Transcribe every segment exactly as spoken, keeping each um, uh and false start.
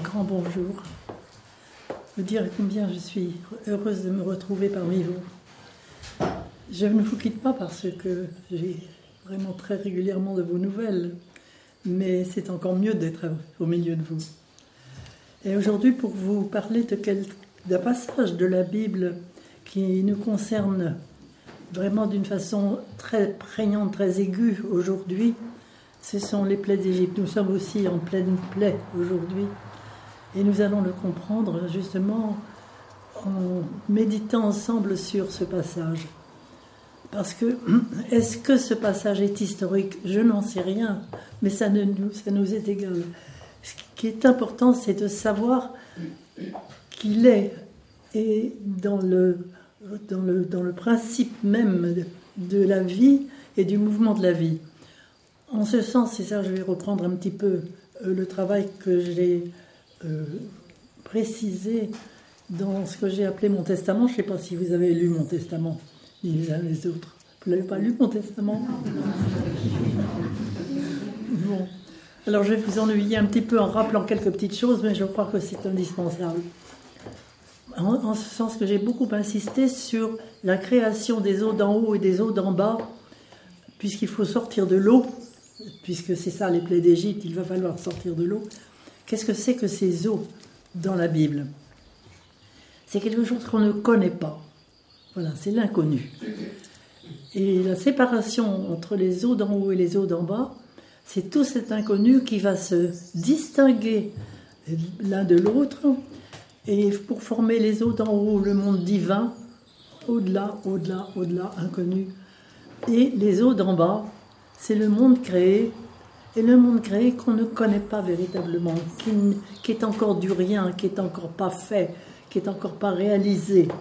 grand bonjour. Vous dire combien je suis heureuse de me retrouver parmi vous. Je ne vous quitte pas parce que j'ai vraiment très régulièrement de vos nouvelles, mais c'est encore mieux d'être au milieu de vous. Et aujourd'hui, pour vous parler de quel, d'un passage de la Bible qui nous concerne vraiment d'une façon très prégnante, très aiguë aujourd'hui, ce sont les plaies d'Égypte. Nous sommes aussi en pleine plaie aujourd'hui. Et nous allons le comprendre justement en méditant ensemble sur ce passage. Parce que, est-ce que ce passage est historique ? Je n'en sais rien, mais ça, ne nous, ça nous est égal. Ce qui est important, c'est de savoir qu'il est, et dans le, dans le, dans le principe même de, de la vie et du mouvement de la vie. En ce sens, et ça je vais reprendre un petit peu euh, le travail que j'ai euh, précisé dans ce que j'ai appelé mon testament. Je ne sais pas si vous avez lu mon testament, ni les uns les autres. Vous n'avez pas lu mon testament ? Bon. Alors je vais vous ennuyer un petit peu en rappelant quelques petites choses, mais je crois que c'est indispensable. En, en ce sens que j'ai beaucoup insisté sur la création des eaux d'en haut et des eaux d'en bas, puisqu'il faut sortir de l'eau, puisque c'est ça les plaies d'Égypte, il va falloir sortir de l'eau. Qu'est-ce que c'est que ces eaux dans la Bible ? C'est quelque chose qu'on ne connaît pas. Voilà, c'est l'inconnu. Et la séparation entre les eaux d'en haut et les eaux d'en bas, c'est tout cet inconnu qui va se distinguer l'un de l'autre, et pour former les eaux d'en haut, le monde divin, au-delà, au-delà, au-delà, inconnu. Et les eaux d'en bas, c'est le monde créé, et le monde créé qu'on ne connaît pas véritablement, qui, qui est encore du rien, qui est encore pas fait, qui est encore pas réalisé,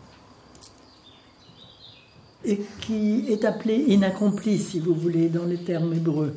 et qui est appelé inaccompli, si vous voulez, dans les termes hébreux.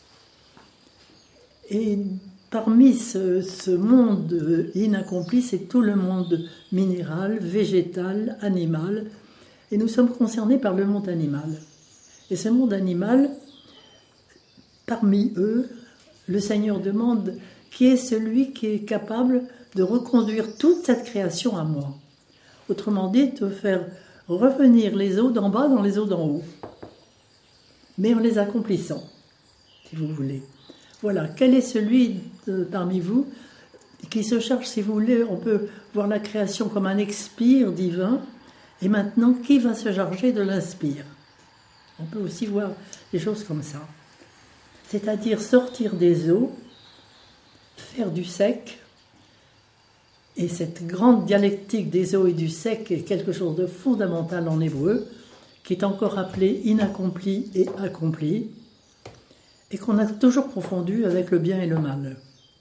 Et parmi ce, ce monde inaccompli, c'est tout le monde minéral, végétal, animal, et nous sommes concernés par le monde animal. Et ce monde animal, parmi eux, le Seigneur demande qui est celui qui est capable de reconduire toute cette création à moi. Autrement dit, de faire revenir les eaux d'en bas dans les eaux d'en haut, mais en les accomplissant, si vous voulez. Voilà, quel est celui de, parmi vous qui se charge, si vous voulez, on peut voir la création comme un expire divin, et maintenant, qui va se charger de l'inspire ? On peut aussi voir des choses comme ça. C'est-à-dire sortir des eaux, faire du sec, et cette grande dialectique des eaux et du sec est quelque chose de fondamental en hébreu, qui est encore appelé inaccompli et accompli, et qu'on a toujours confondu avec le bien et le mal.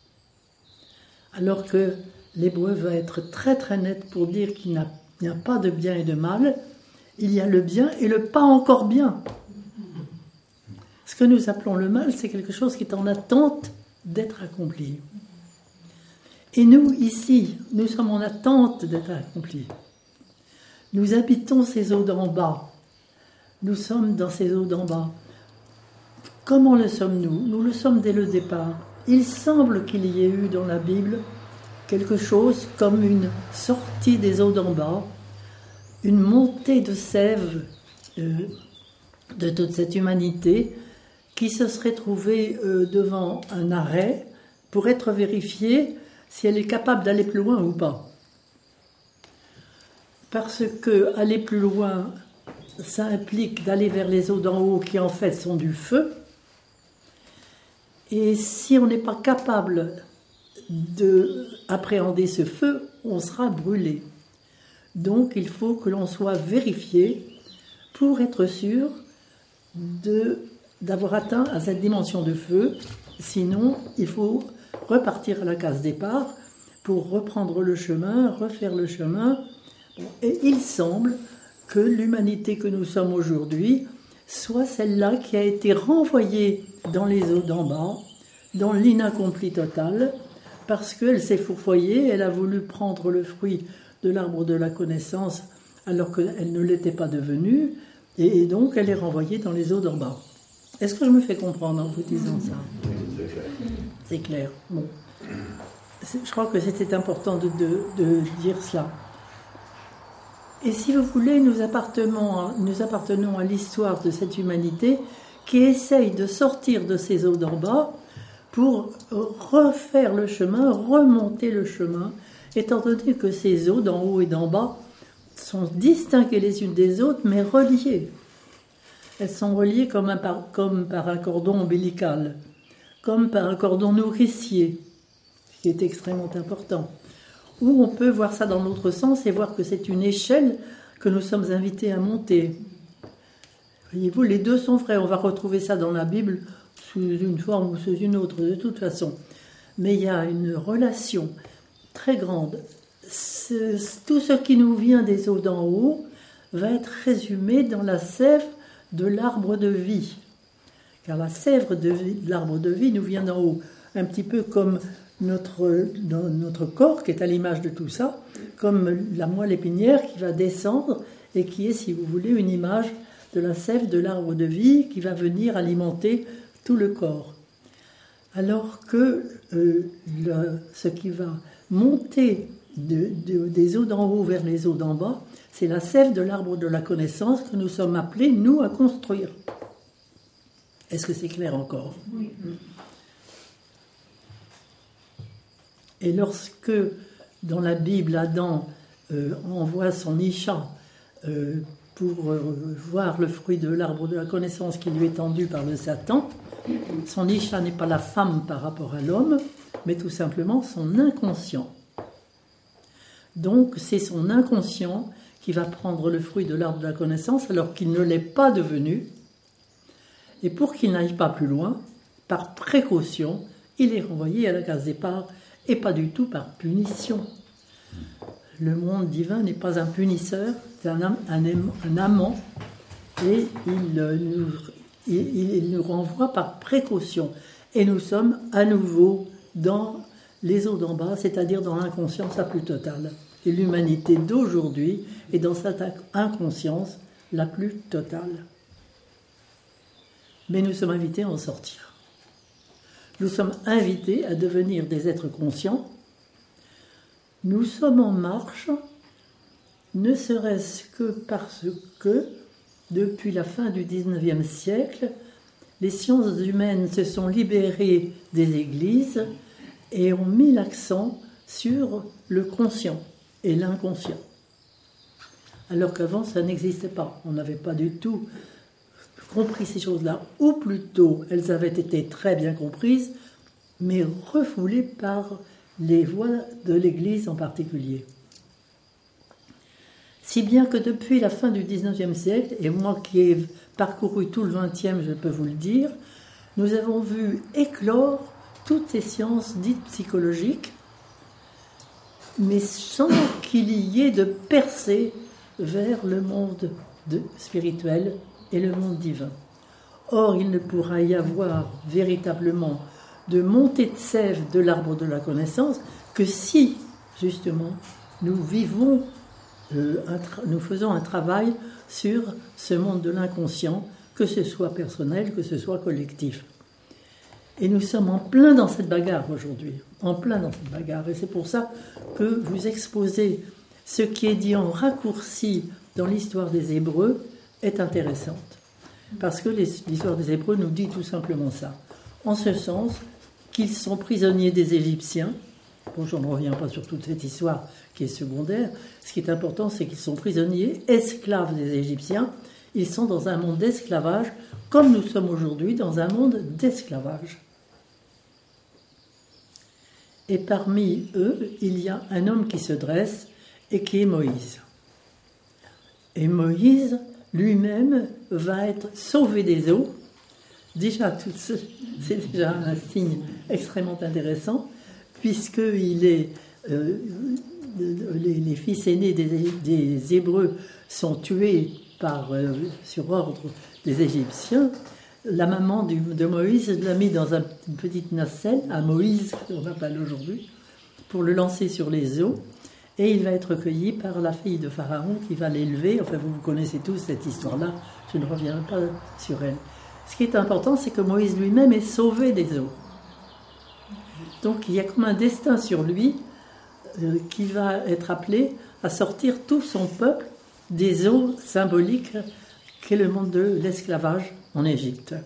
Alors que l'hébreu va être très très net pour dire qu'il n'y a, a pas de bien et de mal, il y a le bien et le pas encore bien. Ce que nous appelons le mal, c'est quelque chose qui est en attente d'être accompli. Et nous, ici, nous sommes en attente d'être accomplis. Nous habitons ces eaux d'en bas. Nous sommes dans ces eaux d'en bas. Comment le sommes-nous ? Nous le sommes dès le départ. Il semble qu'il y ait eu dans la Bible quelque chose comme une sortie des eaux d'en bas, une montée de sève euh, de toute cette humanité qui se serait trouvée euh, devant un arrêt pour être vérifiée si elle est capable d'aller plus loin ou pas. Parce que aller plus loin, ça implique d'aller vers les eaux d'en haut qui en fait sont du feu. Et si on n'est pas capable d'appréhender ce feu, on sera brûlé. Donc il faut que l'on soit vérifié pour être sûr de, d'avoir atteint à cette dimension de feu. Sinon, il faut repartir à la case départ pour reprendre le chemin, refaire le chemin. Et il semble que l'humanité que nous sommes aujourd'hui soit celle-là qui a été renvoyée dans les eaux d'en bas, dans l'inaccompli total, parce qu'elle s'est fourvoyée, elle a voulu prendre le fruit de l'arbre de la connaissance alors qu'elle ne l'était pas devenue, et donc elle est renvoyée dans les eaux d'en bas. Est-ce que je me fais comprendre en vous disant ça ? C'est clair. Bon. je crois que c'était important de, de, de dire cela. Et si vous voulez, nous appartenons, nous appartenons à l'histoire de cette humanité qui essaye de sortir de ces eaux d'en bas pour refaire le chemin, remonter le chemin, étant donné que ces eaux d'en haut et d'en bas sont distinguées les unes des autres, mais reliées. Elles sont reliées comme, un par, comme par un cordon ombilical, comme par un cordon nourricier, ce qui est extrêmement important. Ou on peut voir ça dans l'autre sens et voir que c'est une échelle que nous sommes invités à monter. Voyez-vous, les deux sont vrais. On va retrouver ça dans la Bible sous une forme ou sous une autre, de toute façon. Mais il y a une relation très grande. Ce, tout ce qui nous vient des eaux d'en haut va être résumé dans la sève de l'arbre de vie. Car la sève de, de l'arbre de vie nous vient d'en haut. Un petit peu comme notre, notre corps, qui est à l'image de tout ça, comme la moelle épinière qui va descendre et qui est, si vous voulez, une image de la sève de l'arbre de vie qui va venir alimenter tout le corps. Alors que euh, le, ce qui va monter de, de, des eaux d'en haut vers les eaux d'en bas, c'est la sève de l'arbre de la connaissance que nous sommes appelés, nous, à construire. Est-ce que c'est clair encore ? Oui. Et lorsque, dans la Bible, Adam euh, envoie son Isha euh, pour euh, voir le fruit de l'arbre de la connaissance qui lui est tendu par le Satan, son Isha n'est pas la femme par rapport à l'homme, mais tout simplement son inconscient. Donc c'est son inconscient qui va prendre le fruit de l'arbre de la connaissance alors qu'il ne l'est pas devenu. Et pour qu'il n'aille pas plus loin, par précaution, il est renvoyé à la case départ et pas du tout par punition. Le monde divin n'est pas un punisseur, c'est un, un, un amant, et il nous, il, il nous renvoie par précaution. Et nous sommes à nouveau dans les eaux d'en bas, c'est-à-dire dans l'inconscience la plus totale. Et l'humanité d'aujourd'hui est dans cette inconscience la plus totale. Mais nous sommes invités à en sortir. Nous sommes invités à devenir des êtres conscients. Nous sommes en marche, ne serait-ce que parce que, depuis la fin du dix-neuvième siècle, les sciences humaines se sont libérées des églises et ont mis l'accent sur le conscient et l'inconscient. Alors qu'avant, ça n'existait pas. On n'avait pas du tout compris ces choses-là, ou plutôt elles avaient été très bien comprises, mais refoulées par les voix de l'Église en particulier. Si bien que depuis la fin du dix-neuvième siècle, et moi qui ai parcouru tout le vingtième, je peux vous le dire, nous avons vu éclore toutes ces sciences dites psychologiques, mais sans qu'il y ait de percée vers le monde de, spirituel et le monde divin. Or, il ne pourra y avoir véritablement de montée de sève de l'arbre de la connaissance que si, justement, nous vivons, euh, un tra- nous faisons un travail sur ce monde de l'inconscient, que ce soit personnel, que ce soit collectif. Et nous sommes en plein dans cette bagarre aujourd'hui, en plein dans cette bagarre. Et c'est pour ça que vous exposez ce qui est dit en raccourci dans l'histoire des Hébreux est intéressante. Parce que l'histoire des Hébreux nous dit tout simplement ça. En ce sens qu'ils sont prisonniers des Égyptiens. Bon, je ne reviens pas sur toute cette histoire qui est secondaire. Ce qui est important, c'est qu'ils sont prisonniers, esclaves des Égyptiens. Ils sont dans un monde d'esclavage, comme nous sommes aujourd'hui dans un monde d'esclavage. Et parmi eux, il y a un homme qui se dresse et qui est Moïse. Et Moïse lui-même va être sauvé des eaux. Déjà, tout ce, c'est déjà un signe extrêmement intéressant, puisqu'il est, euh, les, les fils aînés des, des Hébreux sont tués par, euh, sur ordre des Égyptiens. La maman du, de Moïse l'a mis dans un, une petite nacelle, à Moïse, qu'on appelle aujourd'hui, pour le lancer sur les eaux. Et il va être recueilli par la fille de Pharaon qui va l'élever. Enfin, vous, vous connaissez tous cette histoire-là, je ne reviendrai pas sur elle. Ce qui est important, c'est que Moïse lui-même est sauvé des eaux. Donc il y a comme un destin sur lui euh, qui va être appelé à sortir tout son peuple des eaux symboliques qu'est le monde de l'esclavage en Égypte.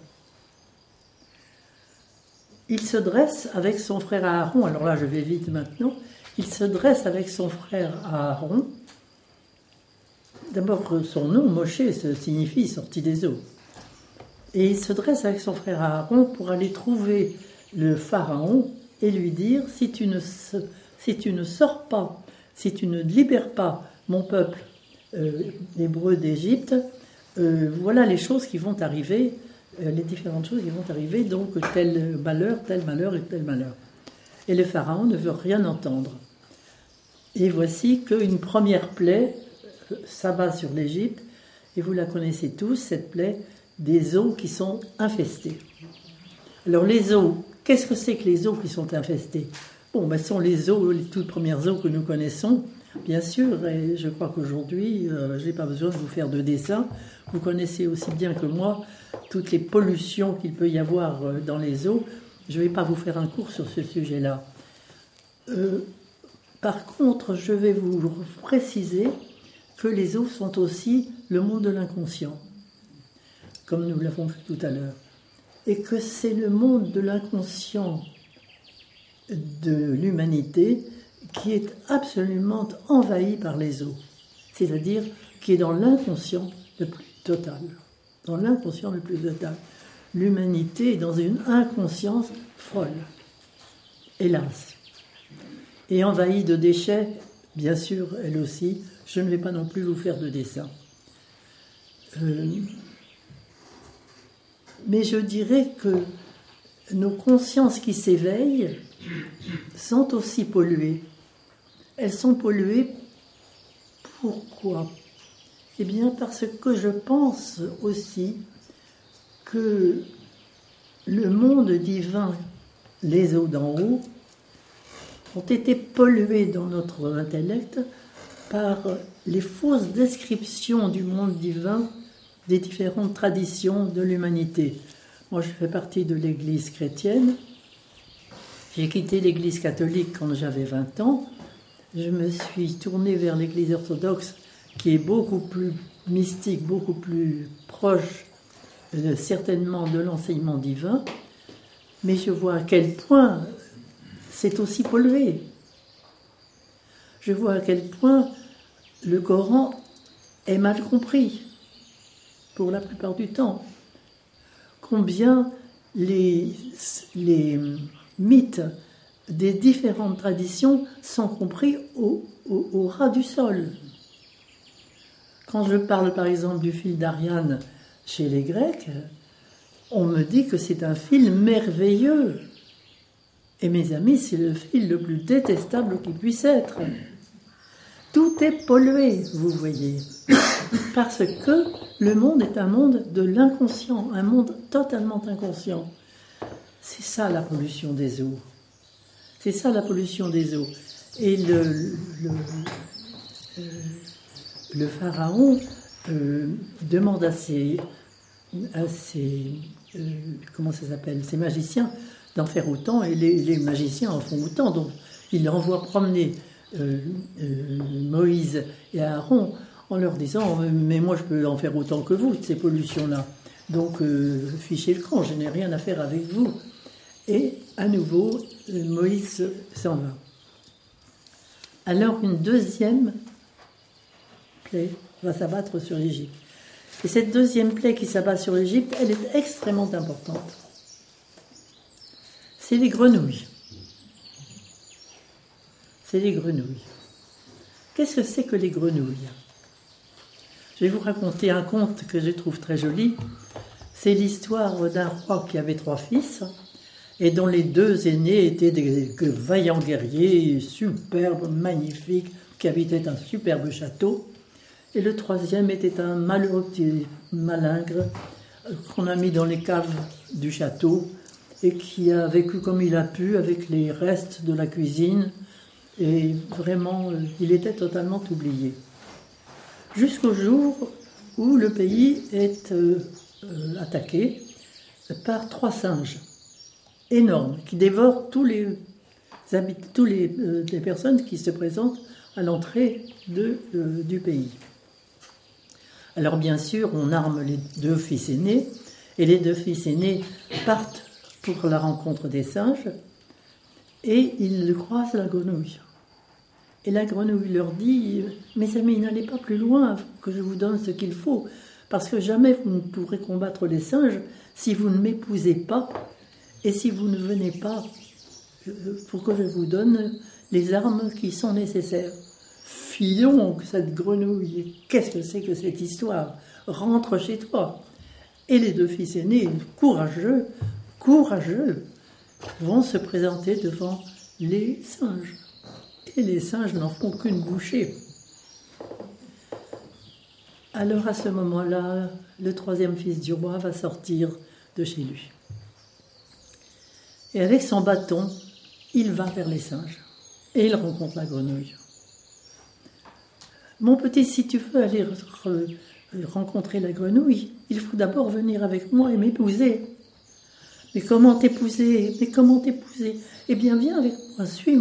Il se dresse avec son frère Aaron, alors là je vais vite maintenant, il se dresse avec son frère Aaron. D'abord son nom, Moshe, signifie sorti des eaux. Et il se dresse avec son frère Aaron pour aller trouver le pharaon et lui dire, si tu ne, si tu ne sors pas, si tu ne libères pas mon peuple euh, hébreu d'Égypte, euh, voilà les choses qui vont arriver, euh, les différentes choses qui vont arriver, donc tel malheur, tel malheur et tel malheur. Et le pharaon ne veut rien entendre. Et voici qu'une première plaie s'abat sur l'Égypte, et vous la connaissez tous, cette plaie des eaux qui sont infestées. Alors les eaux, qu'est-ce que c'est que les eaux qui sont infestées? Bon, ben, ce sont les eaux, les toutes premières eaux que nous connaissons, bien sûr, et je crois qu'aujourd'hui, euh, je n'ai pas besoin de vous faire de dessin. Vous connaissez aussi bien que moi toutes les pollutions qu'il peut y avoir dans les eaux. Je ne vais pas vous faire un cours sur ce sujet-là. Euh, par contre, je vais vous préciser que les eaux sont aussi le monde de l'inconscient, comme nous l'avons vu tout à l'heure, et que c'est le monde de l'inconscient de l'humanité qui est absolument envahi par les eaux, c'est-à-dire qui est dans l'inconscient le plus total, dans l'inconscient le plus total. L'humanité est dans une inconscience folle, hélas, et envahie de déchets, bien sûr, elle aussi. Je ne vais pas non plus vous faire de dessin. Euh, mais je dirais que nos consciences qui s'éveillent sont aussi polluées. Elles sont polluées pourquoi? Eh bien parce que je pense aussi que le monde divin, les eaux d'en haut, ont été polluées dans notre intellect par les fausses descriptions du monde divin des différentes traditions de l'humanité. Moi, je fais partie de l'Église chrétienne. J'ai quitté l'Église catholique quand j'avais vingt ans. Je me suis tournée vers l'Église orthodoxe, qui est beaucoup plus mystique, beaucoup plus proche, euh, certainement, de l'enseignement divin. Mais je vois à quel point c'est aussi pollué. Je vois à quel point le Coran est mal compris, pour la plupart du temps. Combien les, les mythes des différentes traditions sont compris au, au, au ras du sol. Quand je parle par exemple du fil d'Ariane chez les Grecs, on me dit que c'est un fil merveilleux. Et mes amis, c'est le fil le plus détestable qui puisse être. Tout est pollué, vous voyez, parce que le monde est un monde de l'inconscient, un monde totalement inconscient. C'est ça la pollution des eaux. C'est ça la pollution des eaux. Et le, le, le, le pharaon euh, demande à ses, à ses euh, comment ça s'appelle, ses magiciens d'en faire autant, et les, les magiciens en font autant. Donc il envoie promener Euh, euh, Moïse et Aaron en leur disant « Mais moi je peux en faire autant que vous de ces pollutions-là. Donc euh, fichez le camp, je n'ai rien à faire avec vous. » Et à nouveau, euh, Moïse s'en va. Alors une deuxième plaie va s'abattre sur l'Égypte. Et cette deuxième plaie qui s'abat sur l'Égypte, elle est extrêmement importante. C'est les grenouilles. C'est les grenouilles. Qu'est-ce que c'est que les grenouilles? Je vais vous raconter un conte que je trouve très joli. C'est l'histoire d'un roi qui avait trois fils et dont les deux aînés étaient des vaillants guerriers, superbes, magnifiques, qui habitaient un superbe château. Et le troisième était un malheureux petit malingre qu'on a mis dans les caves du château et qui a vécu comme il a pu avec les restes de la cuisine. Et vraiment, il était totalement oublié. Jusqu'au jour où le pays est euh, euh, attaqué par trois singes énormes qui dévorent tous les habitent, tous les, euh, les personnes qui se présentent à l'entrée de, euh, du pays. Alors bien sûr, on arme les deux fils aînés, et les deux fils aînés partent pour la rencontre des singes, et ils croisent la grenouille. Et la grenouille leur dit « Mes amis, n'allez pas plus loin, que je vous donne ce qu'il faut, parce que jamais vous ne pourrez combattre les singes si vous ne m'épousez pas, et si vous ne venez pas pour que je vous donne les armes qui sont nécessaires. » Filons, cette grenouille, qu'est-ce que c'est que cette histoire? Rentre chez toi. Et les deux fils aînés, courageux, courageux, vont se présenter devant les singes. Et les singes n'en font qu'une bouchée. Alors à ce moment-là, le troisième fils du roi va sortir de chez lui. Et avec son bâton, il va vers les singes. Et il rencontre la grenouille. « Mon petit, si tu veux aller re- rencontrer la grenouille, il faut d'abord venir avec moi et m'épouser. » « Mais comment t'épouser? Mais comment t'épouser? Eh bien, viens avec moi, suis-moi. »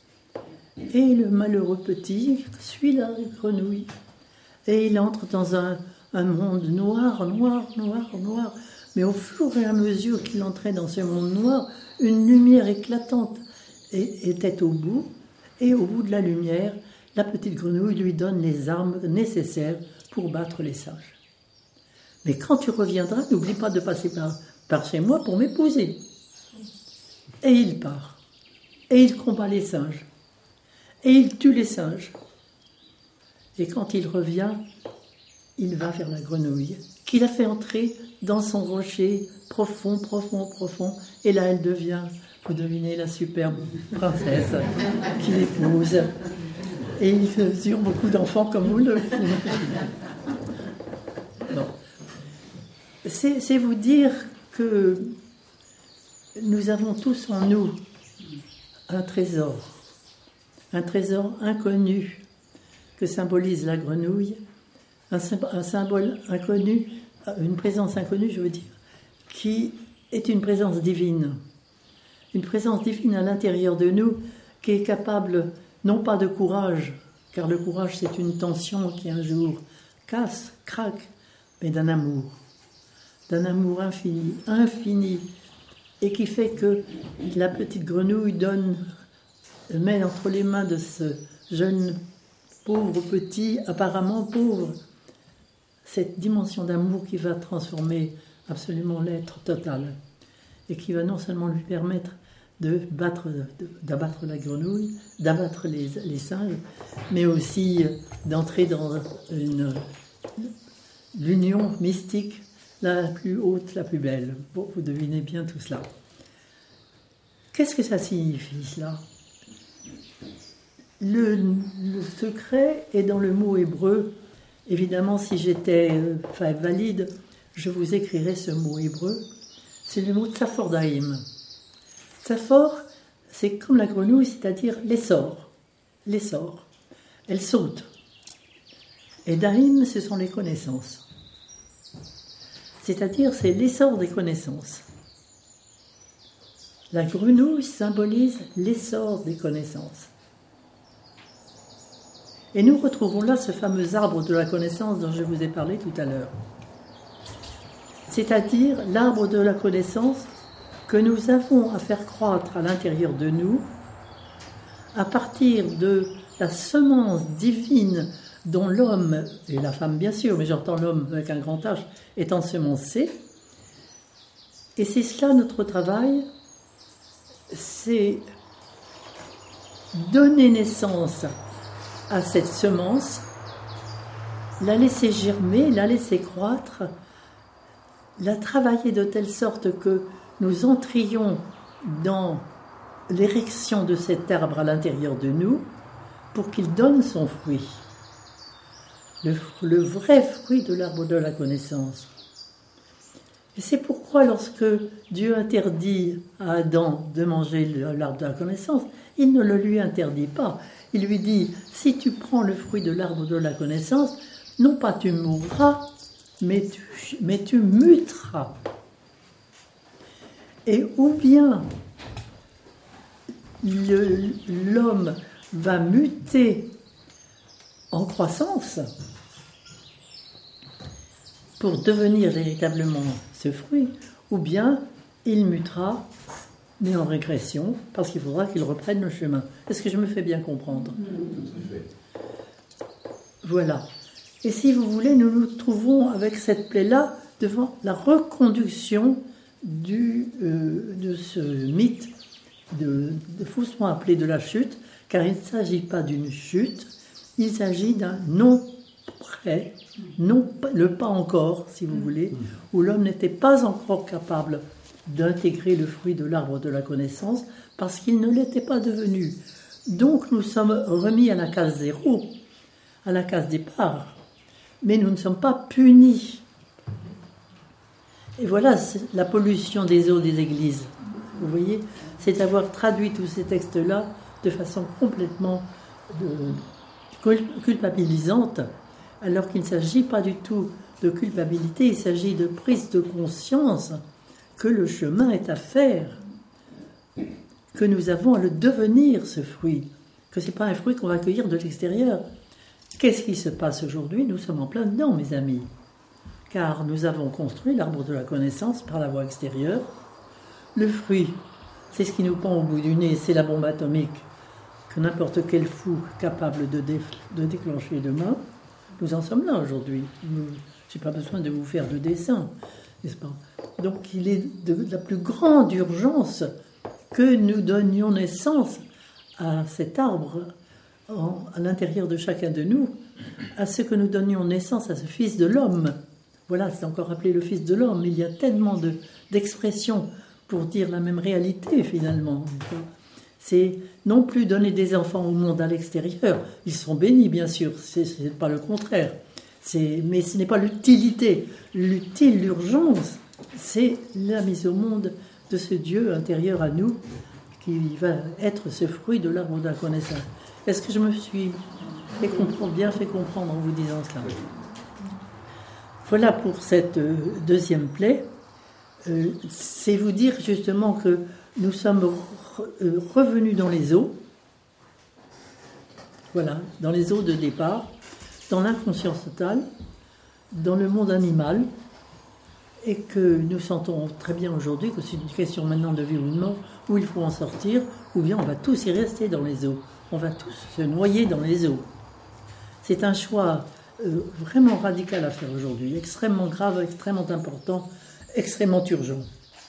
Et le malheureux petit suit la grenouille. Et il entre dans un, un monde noir, noir, noir, noir. Mais au fur et à mesure qu'il entrait dans ce monde noir, une lumière éclatante était au bout. Et au bout de la lumière, la petite grenouille lui donne les armes nécessaires pour battre les singes. « Mais quand tu reviendras, n'oublie pas de passer par... par chez moi pour m'épouser. » Et il part. Et il combat les singes. Et il tue les singes. Et quand il revient, il va vers la grenouille, qu'il a fait entrer dans son rocher profond, profond, profond. Et là, elle devient, vous devinez, la superbe princesse qu'il épouse. Et il mesure beaucoup d'enfants comme vous le l'imaginez. Non. C'est, c'est vous dire que nous avons tous en nous un trésor, un trésor inconnu que symbolise la grenouille, un, un symbole inconnu, une présence inconnue, je veux dire, qui est une présence divine, une présence divine à l'intérieur de nous qui est capable non pas de courage, car le courage c'est une tension qui un jour casse, craque, mais d'un amour. d'un amour infini, infini, et qui fait que la petite grenouille donne, met entre les mains de ce jeune pauvre petit, apparemment pauvre, cette dimension d'amour qui va transformer absolument l'être total, et qui va non seulement lui permettre de battre, de, d'abattre la grenouille, d'abattre les, les singes, mais aussi d'entrer dans une, l'union mystique la plus haute, la plus belle. Bon, vous devinez bien tout cela. Qu'est-ce que ça signifie, cela ? le, le secret est dans le mot hébreu. Évidemment, si j'étais euh, enfin, valide, je vous écrirais ce mot hébreu. C'est le mot tsaphoraïm. Tsaphor, c'est comme la grenouille, c'est-à-dire l'essor. L'essor. Elle saute. Et daïm, ce sont les connaissances. C'est-à-dire, c'est l'essor des connaissances. La grenouille symbolise l'essor des connaissances. Et nous retrouvons là ce fameux arbre de la connaissance dont je vous ai parlé tout à l'heure. C'est-à-dire l'arbre de la connaissance que nous avons à faire croître à l'intérieur de nous à partir de la semence divine dont l'homme, et la femme bien sûr, mais j'entends l'homme avec un grand H, est ensemencé. Et c'est cela notre travail, c'est donner naissance à cette semence, la laisser germer, la laisser croître, la travailler de telle sorte que nous entrions dans l'érection de cet arbre à l'intérieur de nous pour qu'il donne son fruit. Le, le vrai fruit de l'arbre de la connaissance. Et c'est pourquoi lorsque Dieu interdit à Adam de manger l'arbre de la connaissance, il ne le lui interdit pas. Il lui dit, si tu prends le fruit de l'arbre de la connaissance, non pas tu mourras, mais tu, mais tu muteras. Et ou bien le- l'homme va muter en croissance pour devenir véritablement ce fruit, ou bien il mutera, mais en régression, parce qu'il faudra qu'il reprenne le chemin. Est-ce que je me fais bien comprendre? Voilà. Et si vous voulez, nous nous trouvons avec cette plaie-là devant la reconduction du, euh, de ce mythe de, de faussement appelé de la chute, car il ne s'agit pas d'une chute, il s'agit d'un non prêt, non, le pas encore, si vous voulez, où l'homme n'était pas encore capable d'intégrer le fruit de l'arbre de la connaissance, parce qu'il ne l'était pas devenu. Donc nous sommes remis à la case zéro, à la case départ, mais nous ne sommes pas punis. Et voilà la pollution des eaux des églises. Vous voyez, c'est avoir traduit tous ces textes-là de façon complètement de, culpabilisante, alors qu'il ne s'agit pas du tout de culpabilité, il s'agit de prise de conscience que le chemin est à faire, que nous avons à le devenir, ce fruit, que ce n'est pas un fruit qu'on va cueillir de l'extérieur. Qu'est-ce qui se passe aujourd'hui? Nous sommes en plein dedans, mes amis, car nous avons construit l'arbre de la connaissance par la voie extérieure. Le fruit, c'est ce qui nous pend au bout du nez, c'est la bombe atomique que n'importe quel fou capable de, dé, de déclencher demain. Nous en sommes là aujourd'hui. Je n'ai pas besoin de vous faire de dessin, n'est-ce pas? Donc il est de, de la plus grande urgence que nous donnions naissance à cet arbre en, à l'intérieur de chacun de nous, à ce que nous donnions naissance à ce fils de l'homme. Voilà, c'est encore appelé le fils de l'homme. Il y a tellement de, d'expressions pour dire la même réalité finalement. C'est non plus donner des enfants au monde à l'extérieur. Ils sont bénis, bien sûr, c'est, c'est pas le contraire. C'est, mais ce n'est pas l'utilité. L'utile, l'urgence, c'est la mise au monde de ce Dieu intérieur à nous qui va être ce fruit de l'arbre de la connaissance. Est-ce que je me suis fait comprendre, bien fait comprendre en vous disant cela? Voilà pour cette deuxième plaie. Euh, c'est vous dire justement que nous sommes re- revenus dans les eaux, voilà, dans les eaux de départ, dans l'inconscience totale, dans le monde animal, et que nous sentons très bien aujourd'hui que c'est une question maintenant de vie ou de mort, où il faut en sortir, ou bien on va tous y rester dans les eaux, on va tous se noyer dans les eaux. C'est un choix euh, vraiment radical à faire aujourd'hui, extrêmement grave, extrêmement important, extrêmement urgent.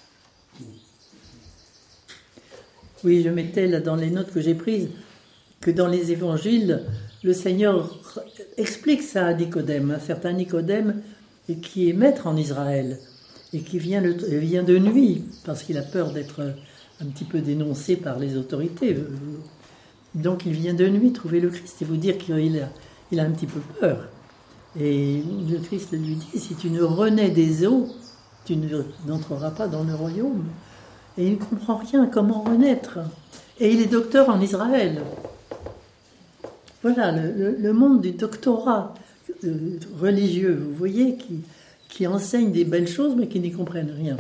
Oui, je mettais là dans les notes que j'ai prises que dans les évangiles, le Seigneur explique ça à Nicodème, un certain Nicodème qui est maître en Israël et qui vient, le, vient de nuit parce qu'il a peur d'être un petit peu dénoncé par les autorités. Donc il vient de nuit trouver le Christ et vous dire qu'il a, il a un petit peu peur. Et le Christ lui dit, si tu ne renais des eaux, tu n'entreras pas dans le royaume. Et il ne comprend rien, comment renaître? Et il est docteur en Israël. Voilà, le, le, le monde du doctorat euh, religieux, vous voyez, qui, qui enseigne des belles choses, mais qui n'y comprennent rien.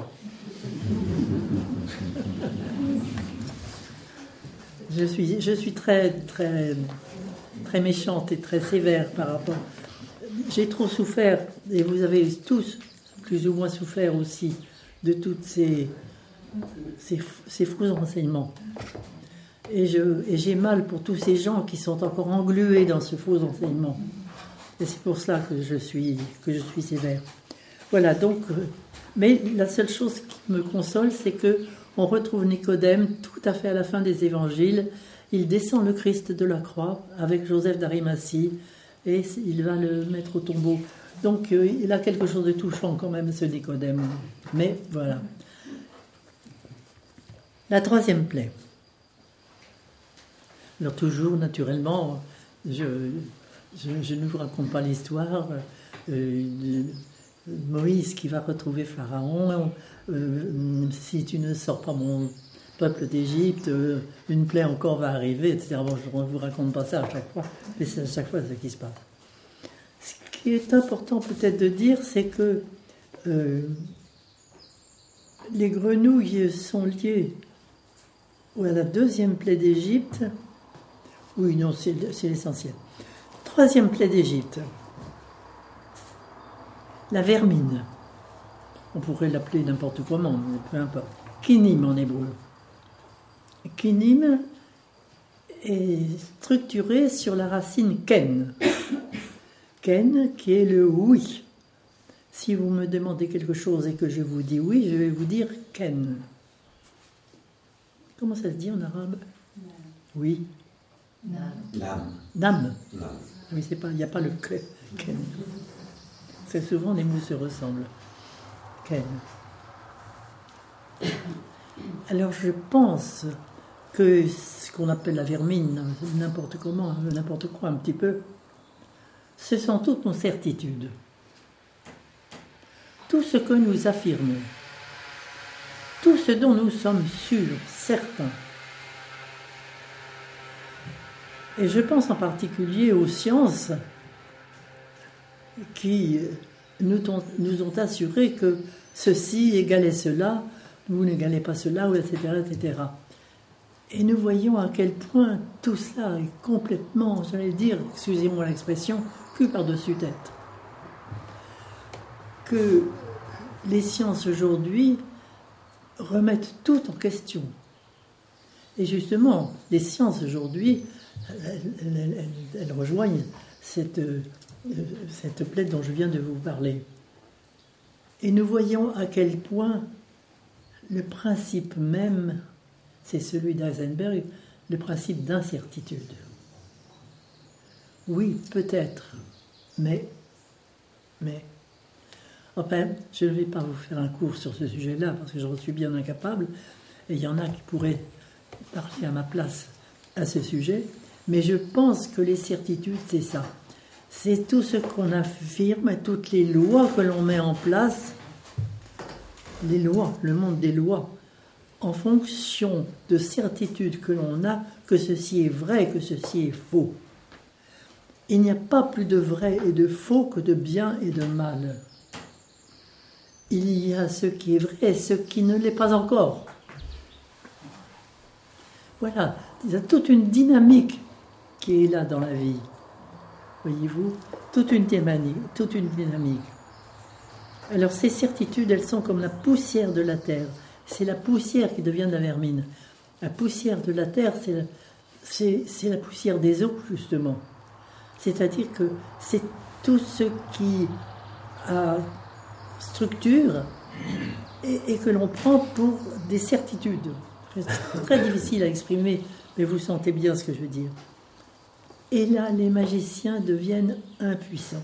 Je suis, je suis très, très, très méchante et très sévère par rapport... J'ai trop souffert, et vous avez tous plus ou moins souffert aussi, de toutes ces... Ces, ces faux enseignements. Et, je, et j'ai mal pour tous ces gens qui sont encore englués dans ce faux enseignement. Et c'est pour cela que je suis, que je suis sévère. Voilà, donc... Mais la seule chose qui me console, c'est que on retrouve Nicodème tout à fait à la fin des évangiles. Il descend le Christ de la croix avec Joseph d'Arimathie et il va le mettre au tombeau. Donc euh, il a quelque chose de touchant quand même, ce Nicodème. Mais voilà. La troisième plaie. Alors toujours, naturellement, je, je, je ne vous raconte pas l'histoire euh, de Moïse qui va retrouver Pharaon. Euh, si tu ne sors pas mon peuple d'Égypte, euh, une plaie encore va arriver, et cetera. Bon, je ne vous raconte pas ça à chaque fois, mais c'est à chaque fois ce qui se passe. Ce qui est important peut-être de dire, c'est que euh, les grenouilles sont liées ou à la deuxième plaie d'Égypte. Oui, non, c'est l'essentiel. Troisième plaie d'Égypte. La vermine. On pourrait l'appeler n'importe comment, mais peu importe. Kinim en hébreu. Kinim est structuré sur la racine ken. Ken qui est le oui. Si vous me demandez quelque chose et que je vous dis oui, je vais vous dire ken. Comment ça se dit en arabe? Oui. Nam. Nam. Nam. Oui, c'est pas, il n'y a pas le que, ken. C'est souvent les mots se ressemblent. Ken. Alors je pense que ce qu'on appelle la vermine, n'importe comment, n'importe quoi un petit peu, ce sont toutes nos certitudes. Tout ce que nous affirmons, tout ce dont nous sommes sûrs, certains. Et je pense en particulier aux sciences qui nous ont, nous ont assuré que ceci égalait cela, vous n'égalez pas cela, et cetera, et cetera. Et nous voyons à quel point tout cela est complètement, j'allais dire, excusez-moi l'expression, cul par-dessus tête. Que les sciences aujourd'hui remettent tout en question. Et justement, les sciences aujourd'hui, elles, elles, elles, elles rejoignent cette, euh, cette plaie dont je viens de vous parler. Et nous voyons à quel point le principe même, c'est celui d'Heisenberg, le principe d'incertitude. Oui, peut-être, mais, mais, enfin, je ne vais pas vous faire un cours sur ce sujet-là, parce que j'en suis bien incapable, et il y en a qui pourraient parler à ma place à ce sujet, mais je pense que les certitudes, c'est ça. C'est tout ce qu'on affirme, toutes les lois que l'on met en place, les lois, le monde des lois, en fonction de certitudes que l'on a, que ceci est vrai, que ceci est faux. Il n'y a pas plus de vrai et de faux que de bien et de mal. Il y a ce qui est vrai et ce qui ne l'est pas encore. Voilà, il y a toute une dynamique qui est là dans la vie. Voyez-vous, toute une dynamique, toute une dynamique. Alors ces certitudes, elles sont comme la poussière de la terre. C'est la poussière qui devient de la vermine. La poussière de la terre, c'est la, c'est, c'est la poussière des eaux, justement. C'est-à-dire que c'est tout ce qui a structure et, et que l'on prend pour des certitudes. C'est très difficile à exprimer, mais vous sentez bien ce que je veux dire. Et là, les magiciens deviennent impuissants.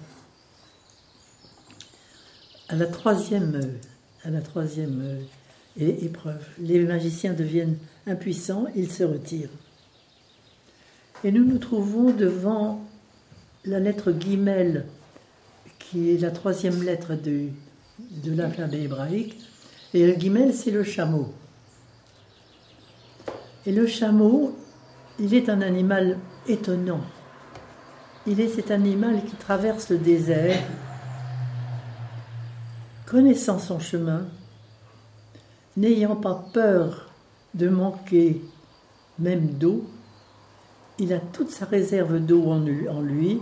À la troisième, à la troisième épreuve, les magiciens deviennent impuissants, ils se retirent. Et nous nous trouvons devant la lettre guimel, qui est la troisième lettre de, de l'alphabet hébraïque. Et le guimel, c'est le chameau. Et le chameau, il est un animal étonnant. Il est cet animal qui traverse le désert, connaissant son chemin, n'ayant pas peur de manquer même d'eau. Il a toute sa réserve d'eau en lui.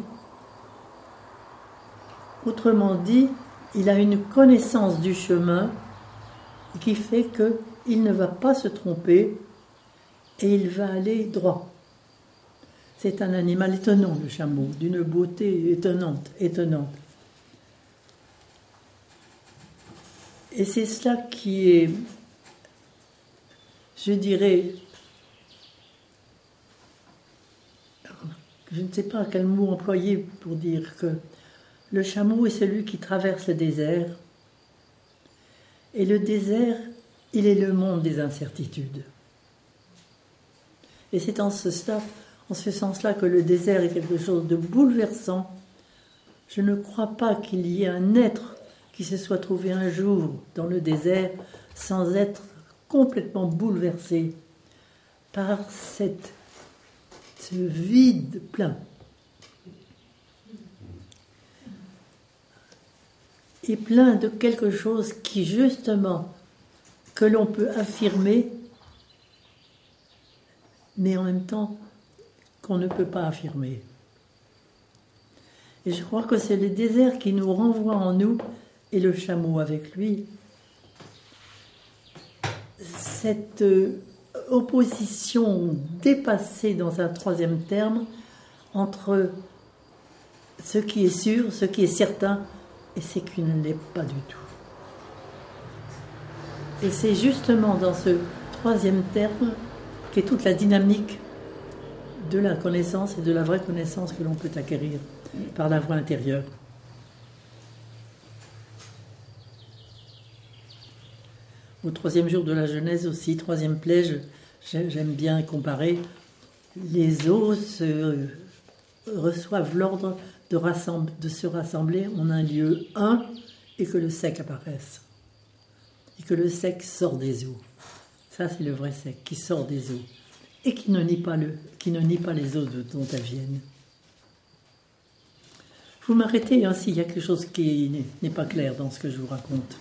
Autrement dit, il a une connaissance du chemin qui fait qu'il ne va pas se tromper et il va aller droit. C'est un animal étonnant, le chameau, d'une beauté étonnante, étonnante. Et c'est cela qui est, je dirais, je ne sais pas quel mot employer pour dire que le chameau est celui qui traverse le désert. Et le désert, il est le monde des incertitudes. Et c'est en ce, en ce sens-là que le désert est quelque chose de bouleversant. Je ne crois pas qu'il y ait un être qui se soit trouvé un jour dans le désert sans être complètement bouleversé par cette, ce vide plein. Et plein de quelque chose qui, justement, que l'on peut affirmer mais en même temps qu'on ne peut pas affirmer. Et je crois que c'est le désert qui nous renvoie en nous, et le chameau avec lui, cette opposition dépassée dans un troisième terme entre ce qui est sûr, ce qui est certain, et ce qui ne l'est pas du tout. Et c'est justement dans ce troisième terme qu'est toute la dynamique de la connaissance et de la vraie connaissance que l'on peut acquérir par la voie intérieure. Au troisième jour de la Genèse aussi, troisième plaie, j'aime bien comparer, les eaux se, reçoivent l'ordre de, rassemble, de se rassembler en un lieu un et que le sec apparaisse. Et que le sec sort des eaux. Ça, c'est le vrai sec, qui sort des eaux. Et qui ne nie pas, le, qui ne nie pas les eaux de, dont elles viennent. Vous m'arrêtez, hein, s'il y a quelque chose qui n'est pas clair dans ce que je vous raconte.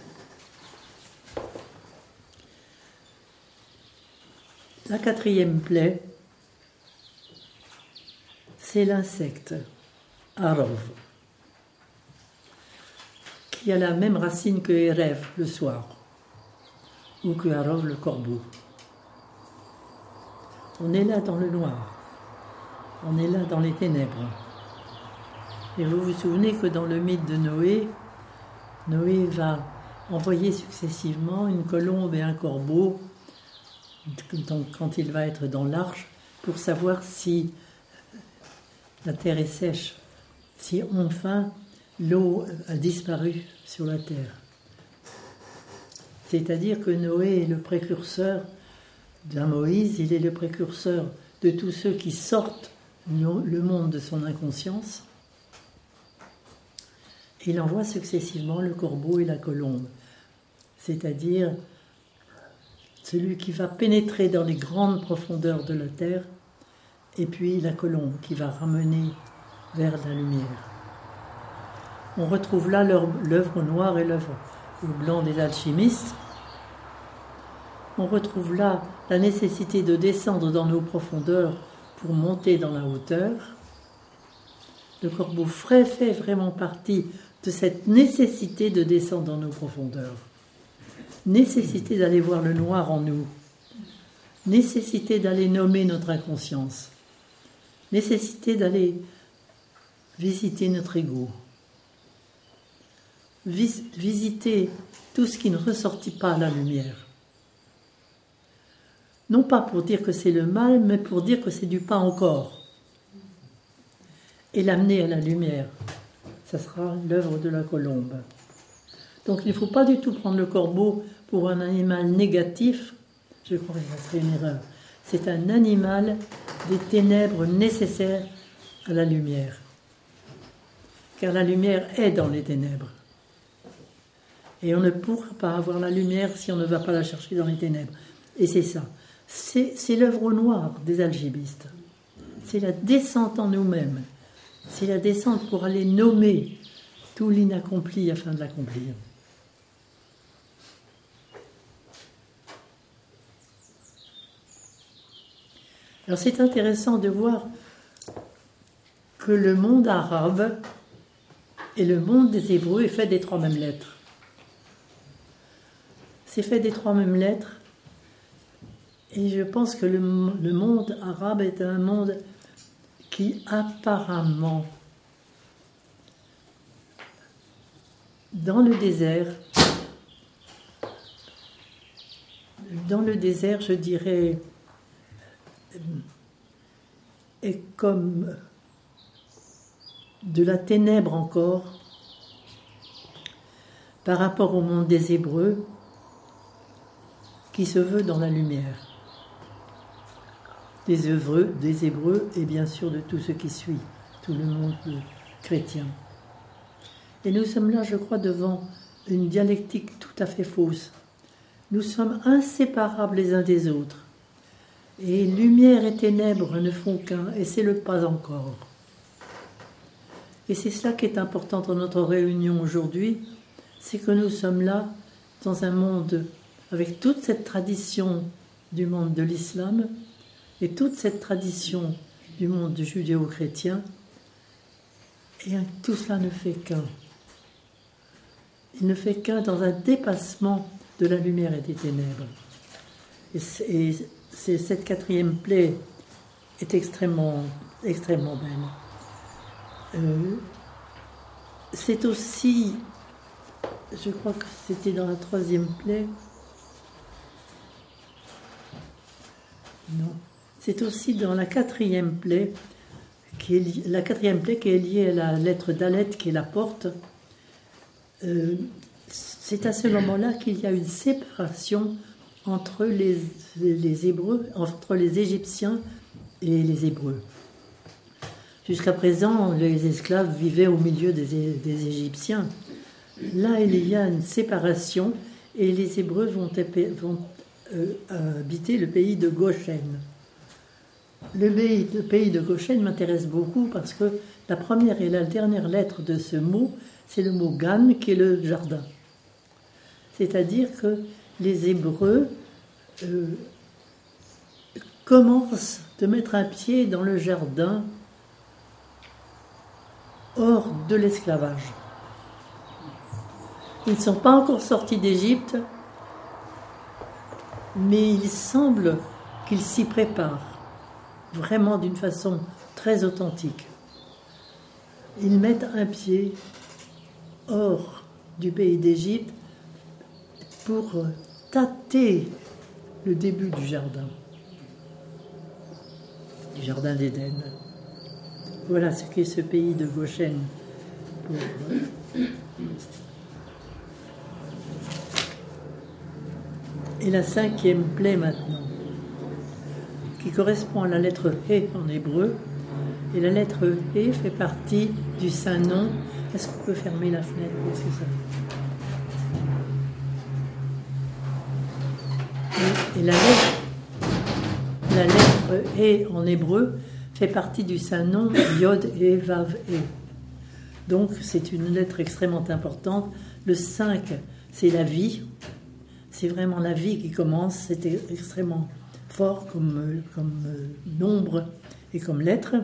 La quatrième plaie, c'est l'insecte, Arov, qui a la même racine que Erev, le soir, ou que Arov, le corbeau. On est là dans le noir, on est là dans les ténèbres. Et vous vous souvenez que dans le mythe de Noé, Noé va envoyer successivement une colombe et un corbeau quand il va être dans l'arche pour savoir si la terre est sèche, si enfin l'eau a disparu sur la terre. C'est-à-dire que Noé est le précurseur d'un Moïse, il est le précurseur de tous ceux qui sortent le monde de son inconscience. Il envoie successivement le corbeau et la colombe, c'est-à-dire celui qui va pénétrer dans les grandes profondeurs de la terre, et puis la colombe qui va ramener vers la lumière. On retrouve là l'œuvre noire et l'œuvre blanc des alchimistes. On retrouve là la nécessité de descendre dans nos profondeurs pour monter dans la hauteur. Le corbeau frais fait vraiment partie de cette nécessité de descendre dans nos profondeurs. Nécessité d'aller voir le noir en nous. Nécessité d'aller nommer notre inconscience. Nécessité d'aller visiter notre ego. Vis- visiter tout ce qui ne ressortit pas à la lumière. Non pas pour dire que c'est le mal, mais pour dire que c'est du pas encore. Et l'amener à la lumière. Ça sera l'œuvre de la colombe. Donc il ne faut pas du tout prendre le corbeau pour un animal négatif. Je crois que ça serait une erreur. C'est un animal des ténèbres nécessaires à la lumière. Car la lumière est dans les ténèbres. Et on ne pourra pas avoir la lumière si on ne va pas la chercher dans les ténèbres. Et c'est ça. C'est, c'est l'œuvre noire des alchimistes. C'est la descente en nous-mêmes. C'est la descente pour aller nommer tout l'inaccompli afin de l'accomplir. Alors c'est intéressant de voir que le monde arabe et le monde des Hébreux est fait des trois mêmes lettres. C'est fait des trois mêmes lettres. Et je pense que le, le monde arabe est un monde qui apparemment, dans le désert, dans le désert, je dirais, est comme de la ténèbre encore par rapport au monde des Hébreux qui se veut dans la lumière. Des Hébreux, des Hébreux et bien sûr de tout ce qui suit, tout le monde chrétien. Et nous sommes là, je crois, devant une dialectique tout à fait fausse. Nous sommes inséparables les uns des autres. Et lumière et ténèbres ne font qu'un, et c'est le pas encore. Et c'est cela qui est important dans notre réunion aujourd'hui, c'est que nous sommes là dans un monde avec toute cette tradition du monde de l'islam, Et toute cette tradition du monde judéo-chrétien, et tout cela ne fait qu'un. Il ne fait qu'un dans un dépassement de la lumière et des ténèbres. Et, c'est, et c'est, cette quatrième plaie est extrêmement, extrêmement belle. Euh, c'est aussi, je crois que c'était dans la troisième plaie, non, c'est aussi dans la quatrième plaie, qui est, la quatrième plaie qui est liée à la lettre d'Alet, qui est la porte. Euh, c'est à ce moment-là qu'il y a une séparation entre les, les Hébreux, entre les Égyptiens et les Hébreux. Jusqu'à présent, les esclaves vivaient au milieu des, des Égyptiens. Là, il y a une séparation et les Hébreux vont, vont euh, habiter le pays de Goshen. Le pays, le pays de Goshen m'intéresse beaucoup parce que la première et la dernière lettre de ce mot, c'est le mot Gan, qui est le jardin. C'est-à-dire que les Hébreux euh, commencent de mettre un pied dans le jardin hors de l'esclavage. Ils ne sont pas encore sortis d'Égypte, mais il semble qu'ils s'y préparent, vraiment d'une façon très authentique. Ils mettent un pied hors du pays d'Égypte pour tâter le début du jardin, du jardin d'Éden. Voilà ce qu'est ce pays de Goshen. Et la cinquième plaie maintenant, qui correspond à la lettre He en hébreu. Et la lettre He fait partie du saint nom. Est-ce qu'on peut fermer la fenêtre? Est-ce que ça... Et, et la lettre, la lettre He en hébreu fait partie du saint nom Yod He Vav He. Donc c'est une lettre extrêmement importante. Le cinq, c'est la vie. C'est vraiment la vie qui commence. C'était extrêmement fort comme, comme nombre et comme lettre.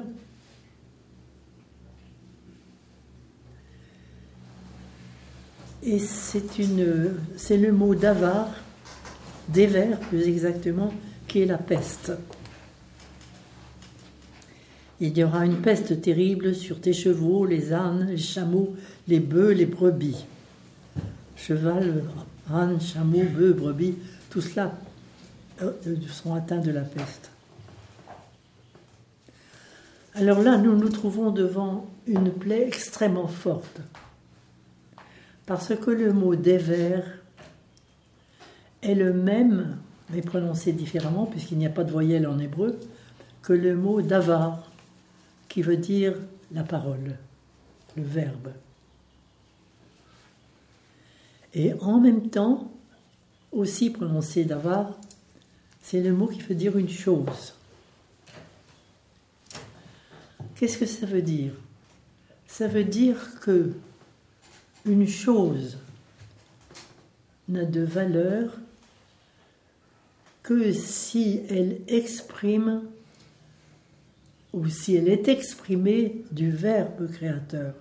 Et c'est, une, c'est le mot d'avar, d'éver plus exactement, qui est la peste. Il y aura une peste terrible sur tes chevaux, les ânes, les chameaux, les bœufs, les brebis. Cheval, âne, chameau, bœuf, brebis, tout cela sont atteints de la peste. Alors là, nous nous trouvons devant une plaie extrêmement forte. Parce que le mot d'éver est le même, mais prononcé différemment, puisqu'il n'y a pas de voyelle en hébreu, que le mot davar, qui veut dire la parole, le verbe. Et en même temps, aussi prononcé davar, c'est le mot qui veut dire une chose. Qu'est-ce que ça veut dire? Ça veut dire que une chose n'a de valeur que si elle exprime ou si elle est exprimée du Verbe créateur.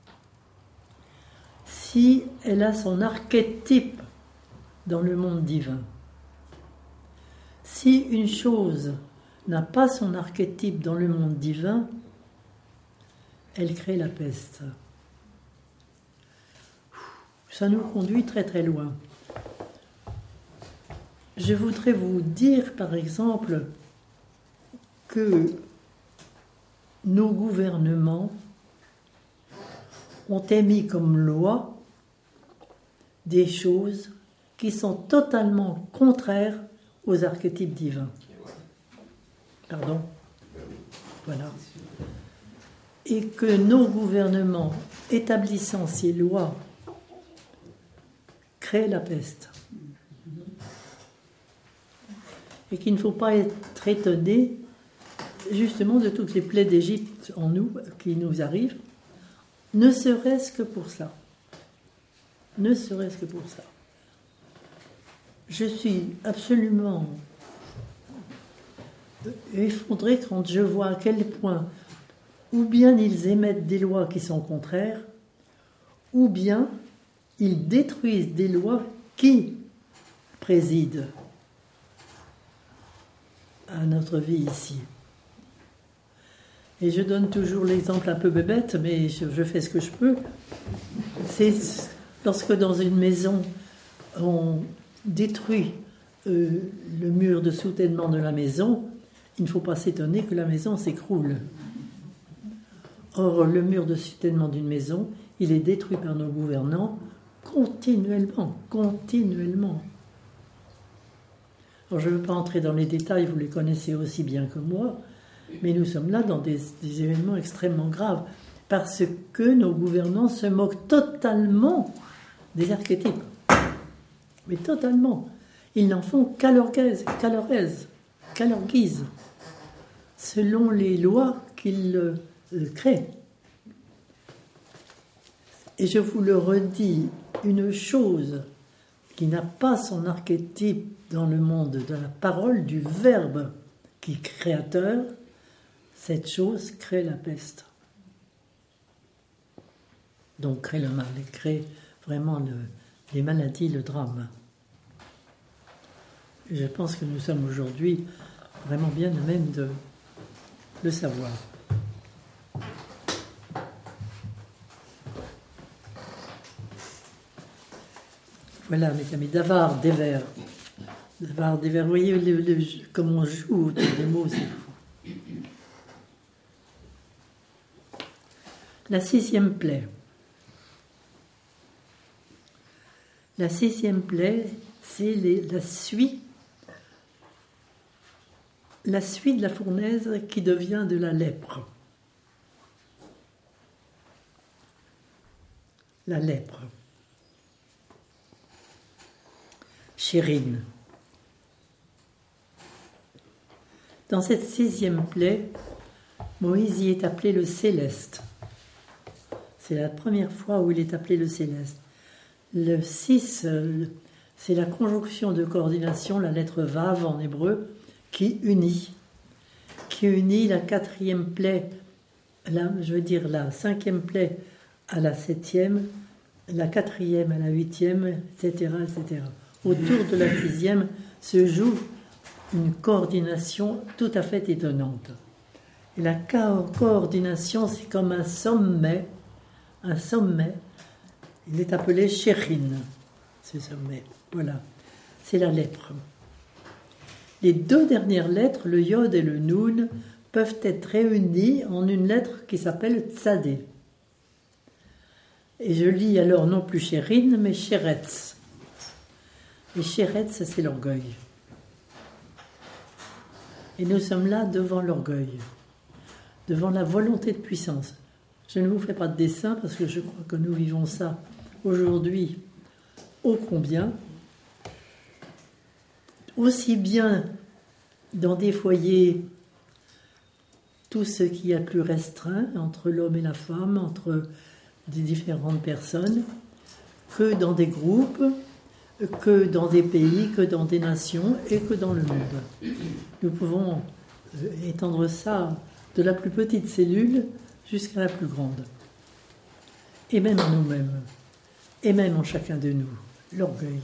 Si elle a son archétype dans le monde divin. Si une chose n'a pas son archétype dans le monde divin, elle crée la peste. Ça nous conduit très très loin. Je voudrais vous dire, par exemple, que nos gouvernements ont émis comme loi des choses qui sont totalement contraires aux archétypes divins. Pardon ? Voilà. Et que nos gouvernements, établissant ces lois, créent la peste. Et qu'il ne faut pas être étonné, justement, de toutes les plaies d'Égypte en nous, qui nous arrivent, ne serait-ce que pour ça. Ne serait-ce que pour ça. Je suis absolument effondré quand je vois à quel point ou bien ils émettent des lois qui sont contraires, ou bien ils détruisent des lois qui président à notre vie ici. Et je donne toujours l'exemple un peu bébête, mais je, je fais ce que je peux. C'est lorsque dans une maison, on détruit euh, le mur de soutènement de la maison, il ne faut pas s'étonner que la maison s'écroule. Or, le mur de soutènement d'une maison, il est détruit par nos gouvernants continuellement, continuellement. Alors, je ne veux pas entrer dans les détails, vous les connaissez aussi bien que moi, mais nous sommes là dans des, des événements extrêmement graves, parce que nos gouvernants se moquent totalement des archétypes. Mais totalement. Ils n'en font qu'à leur guise, qu'à leur aise, qu'à leur guise, selon les lois qu'ils euh, créent. Et je vous le redis, une chose qui n'a pas son archétype dans le monde de la parole, du verbe qui est créateur, cette chose crée la peste. Donc crée le mal, et crée vraiment le, les maladies, le drame. Et je pense que nous sommes aujourd'hui vraiment bien à même de le savoir. Voilà, mes amis, d'avoir des vers. D'avoir des vers. Vous voyez le, le, comme on joue autour des mots, c'est fou. La sixième plaie. La sixième plaie, c'est les, la suie, la suie de la fournaise qui devient de la lèpre. La lèpre. Chérine. Dans cette sixième plaie, Moïse y est appelé le céleste. C'est la première fois où il est appelé le céleste. Le six, c'est la conjonction de coordination, la lettre Vav en hébreu, qui unit, qui unit la quatrième plaie, la, je veux dire la cinquième plaie à la septième, la quatrième à la huitième, et cetera, et cetera. Autour de la sixième se joue une coordination tout à fait étonnante. Et la co- coordination, c'est comme un sommet, un sommet. Il est appelé Chérine, ce sommet. Voilà, c'est la lèpre. Les deux dernières lettres, le Yod et le Noun, peuvent être réunies en une lettre qui s'appelle Tzadé. Et je lis alors non plus Chérine, mais Chéretz. Et Chéretz, c'est l'orgueil. Et nous sommes là devant l'orgueil, devant la volonté de puissance. Je ne vous fais pas de dessin parce que je crois que nous vivons ça aujourd'hui ô combien. Aussi bien dans des foyers, tout ce qui est plus restreint entre l'homme et la femme, entre des différentes personnes, que dans des groupes, que dans des pays, que dans des nations et que dans le monde. Nous pouvons étendre ça de la plus petite cellule jusqu'à la plus grande. Et même en nous-mêmes, et même en chacun de nous, l'orgueil.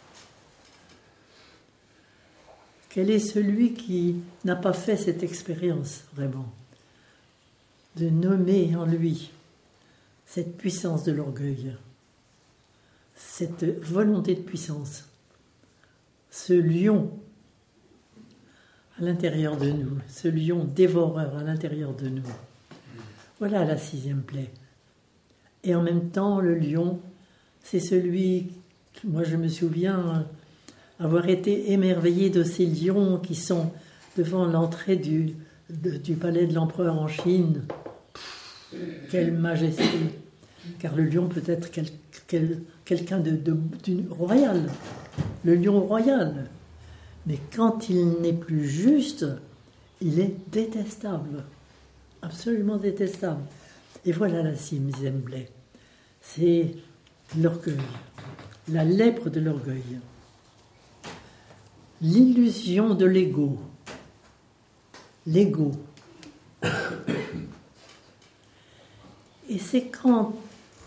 Quel est celui qui n'a pas fait cette expérience, vraiment, de nommer en lui cette puissance de l'orgueil, cette volonté de puissance, ce lion à l'intérieur de nous, ce lion dévoreur à l'intérieur de nous. Voilà la sixième plaie. Et en même temps, le lion, c'est celui, moi je me souviens avoir été émerveillé de ces lions qui sont devant l'entrée du, de, du palais de l'empereur en Chine. Quelle majesté! Car le lion peut être quel, quel, quelqu'un de, de, d'une royal, le lion royal. Mais quand il n'est plus juste, il est détestable, absolument détestable. Et voilà la sixième plaie. C'est l'orgueil, la lèpre de l'orgueil, l'illusion de l'ego. l'ego. Et c'est quand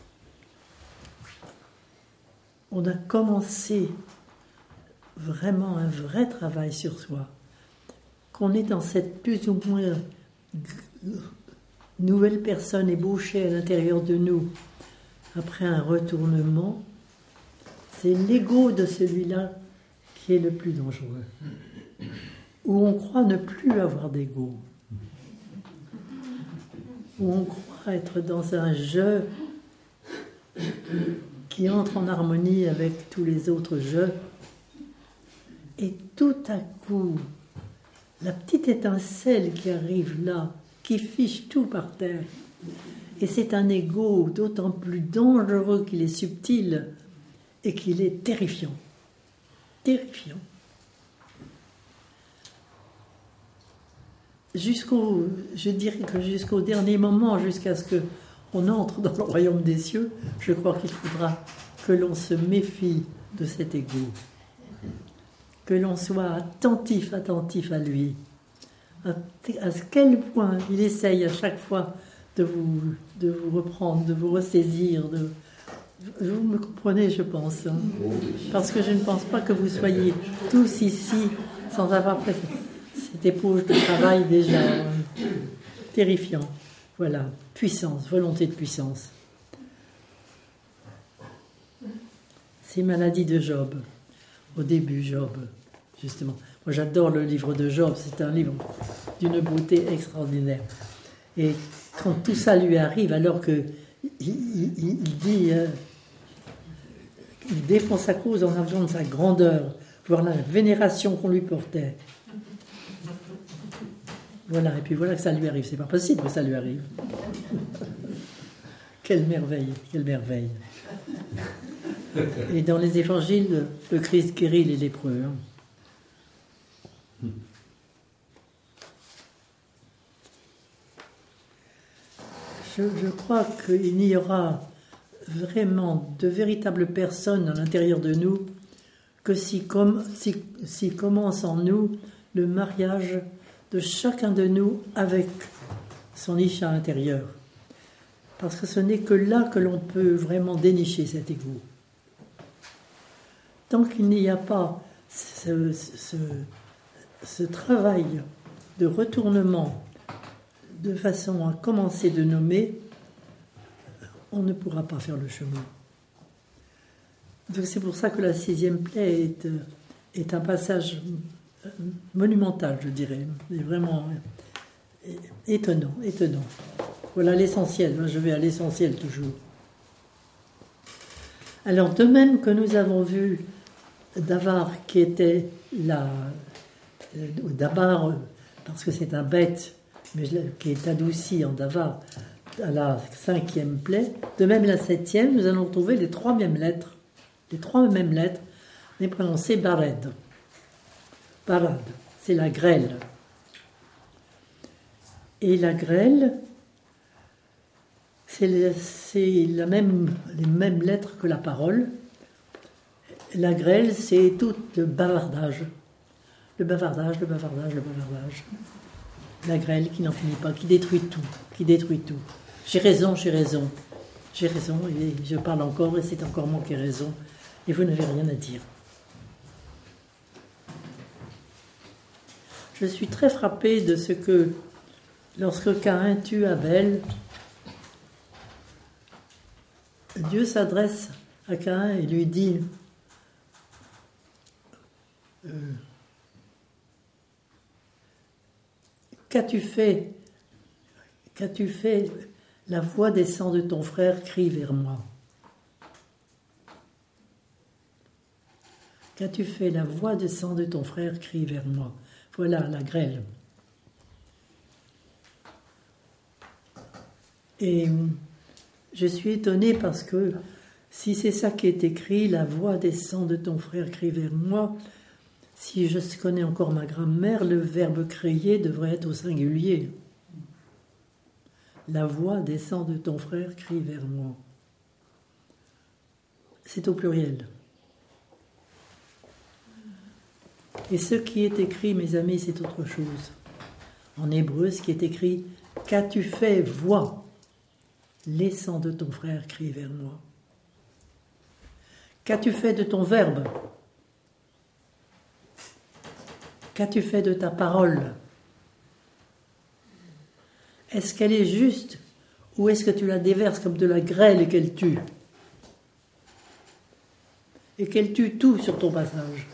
on a commencé vraiment un vrai travail sur soi, qu'on est dans cette plus ou moins nouvelle personne ébauchée à l'intérieur de nous, après un retournement, c'est l'ego de celui-là qui est le plus dangereux. Où on croit ne plus avoir d'ego. Où on croit être dans un jeu qui entre en harmonie avec tous les autres jeux. Et tout à coup, la petite étincelle qui arrive là, qui fiche tout par terre. Et c'est un ego d'autant plus dangereux qu'il est subtil et qu'il est terrifiant. Terrifiant. Jusqu'au, je dirais que jusqu'au dernier moment, jusqu'à ce qu'on entre dans le royaume des cieux, je crois qu'il faudra que l'on se méfie de cet ego. Que l'on soit attentif, attentif à lui. À, à quel point il essaye à chaque fois de vous, de vous reprendre, de vous ressaisir. De, vous me comprenez, je pense. Hein, parce que je ne pense pas que vous soyez tous ici sans avoir fait cette épauche de travail déjà euh, terrifiant. Voilà, puissance, volonté de puissance. Ces maladies de Job, au début Job, justement. Moi j'adore le livre de Job, c'est un livre d'une beauté extraordinaire. Et quand tout ça lui arrive, alors que il, il, il dit, euh, il défend sa cause en arguant de sa grandeur, voir la vénération qu'on lui portait. Voilà, et puis voilà que ça lui arrive. C'est pas possible que ça lui arrive. Quelle merveille, quelle merveille. Et dans les évangiles, le Christ guérit les lépreux. Hein. Je, je crois qu'il n'y aura vraiment de véritables personnes à l'intérieur de nous que si, comme, si, si commence en nous le mariage de chacun de nous avec son Isha intérieur. Parce que ce n'est que là que l'on peut vraiment dénicher cet ego. Tant qu'il n'y a pas ce, ce, ce travail de retournement de façon à commencer de nommer, on ne pourra pas faire le chemin. Donc c'est pour ça que la sixième plaie est, est un passage monumental, je dirais. C'est vraiment étonnant, étonnant. Voilà l'essentiel, je vais à l'essentiel toujours. Alors, de même que nous avons vu Davar qui était là, Dabar, parce que c'est un bête, mais qui est adouci en Davar, à la cinquième plaie, de même la septième, nous allons trouver les trois mêmes lettres, les trois mêmes lettres, mais prononcées Bared. Barad, c'est la grêle. Et la grêle, c'est, les, c'est la même, les mêmes lettres que la parole. La grêle, c'est tout le bavardage. Le bavardage, le bavardage, le bavardage. La grêle qui n'en finit pas, qui détruit tout, qui détruit tout. J'ai raison, j'ai raison, j'ai raison, et je parle encore, et c'est encore moi qui ai raison, et vous n'avez rien à dire. Je suis très frappée de ce que, lorsque Caïn tue Abel, Dieu s'adresse à Caïn et lui dit euh, Qu'as-tu fait Qu'as-tu fait La voix descend de ton frère, crie vers moi. Qu'as-tu fait La voix descend de ton frère, crie vers moi. Voilà la grêle. Et je suis étonnée parce que si c'est ça qui est écrit, la voix descend de ton frère, crie vers moi, si je connais encore ma grammaire, le verbe crier devrait être au singulier. La voix descend de ton frère, crie vers moi. C'est au pluriel. Et ce qui est écrit, mes amis, c'est autre chose. En hébreu, ce qui est écrit « Qu'as-tu fait, vois, les sangs de ton frère crient vers moi. » Qu'as-tu fait de ton verbe? Qu'as-tu fait de ta parole? Est-ce qu'elle est juste ou est-ce que tu la déverses comme de la grêle et qu'elle tue? Et qu'elle tue tout sur ton passage?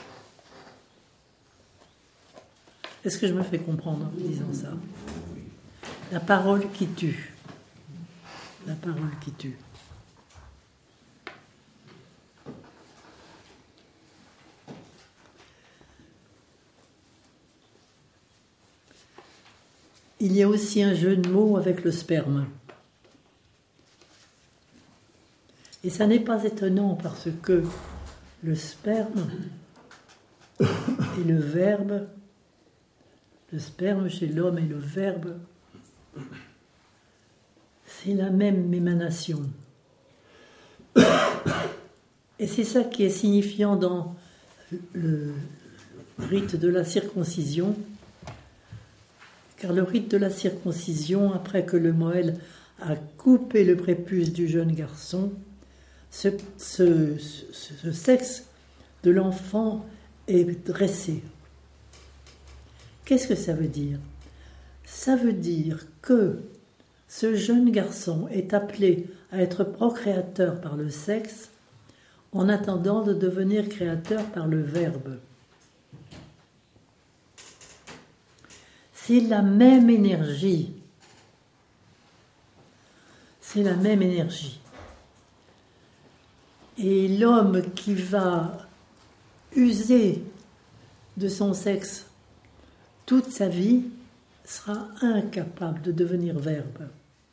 Est-ce que je me fais comprendre en disant ça? La parole qui tue. La parole qui tue. Il y a aussi un jeu de mots avec le sperme. Et ça n'est pas étonnant parce que le sperme et le verbe, le sperme chez l'homme et le verbe, c'est la même émanation. Et c'est ça qui est signifiant dans le rite de la circoncision, car le rite de la circoncision, après que le Moël a coupé le prépuce du jeune garçon, ce, ce, ce, ce sexe de l'enfant est dressé. Qu'est-ce que ça veut dire? Ça veut dire que ce jeune garçon est appelé à être procréateur par le sexe en attendant de devenir créateur par le verbe. C'est la même énergie. C'est la même énergie. Et l'homme qui va user de son sexe toute sa vie sera incapable de devenir verbe.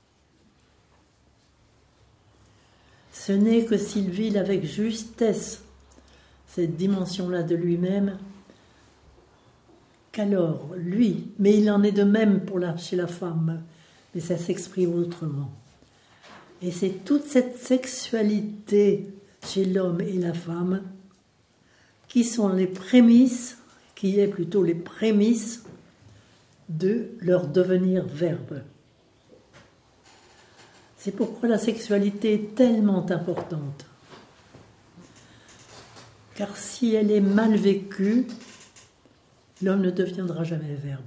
Ce n'est que s'il vit avec justesse cette dimension-là de lui-même qu'alors, lui, mais il en est de même pour la, chez la femme, mais ça s'exprime autrement. Et c'est toute cette sexualité chez l'homme et la femme qui sont les prémices, qui est plutôt les prémices de leur devenir verbe. C'est pourquoi la sexualité est tellement importante. Car si elle est mal vécue, l'homme ne deviendra jamais verbe.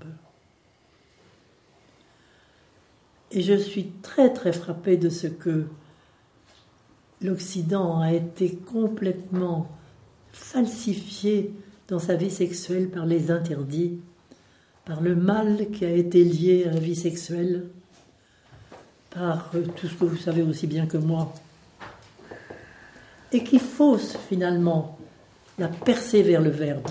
Et je suis très très frappée de ce que l'Occident a été complètement falsifié dans sa vie sexuelle par les interdits, par le mal qui a été lié à la vie sexuelle, par tout ce que vous savez aussi bien que moi, et qui fausse finalement la percée vers le verbe.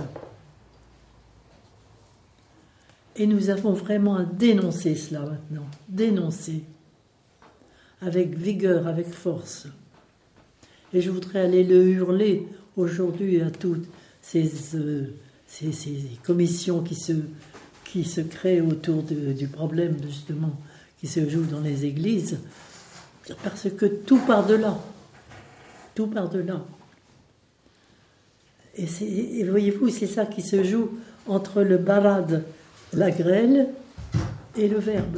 Et nous avons vraiment à dénoncer cela maintenant, dénoncer, avec vigueur, avec force. Et je voudrais aller le hurler aujourd'hui à toutes ces, euh, ces, ces commissions qui se, qui se créent autour de, du problème, justement, qui se joue dans les églises, parce que tout part de là, tout part de là. Et, et voyez-vous, c'est ça qui se joue entre le barad, la grêle et le verbe.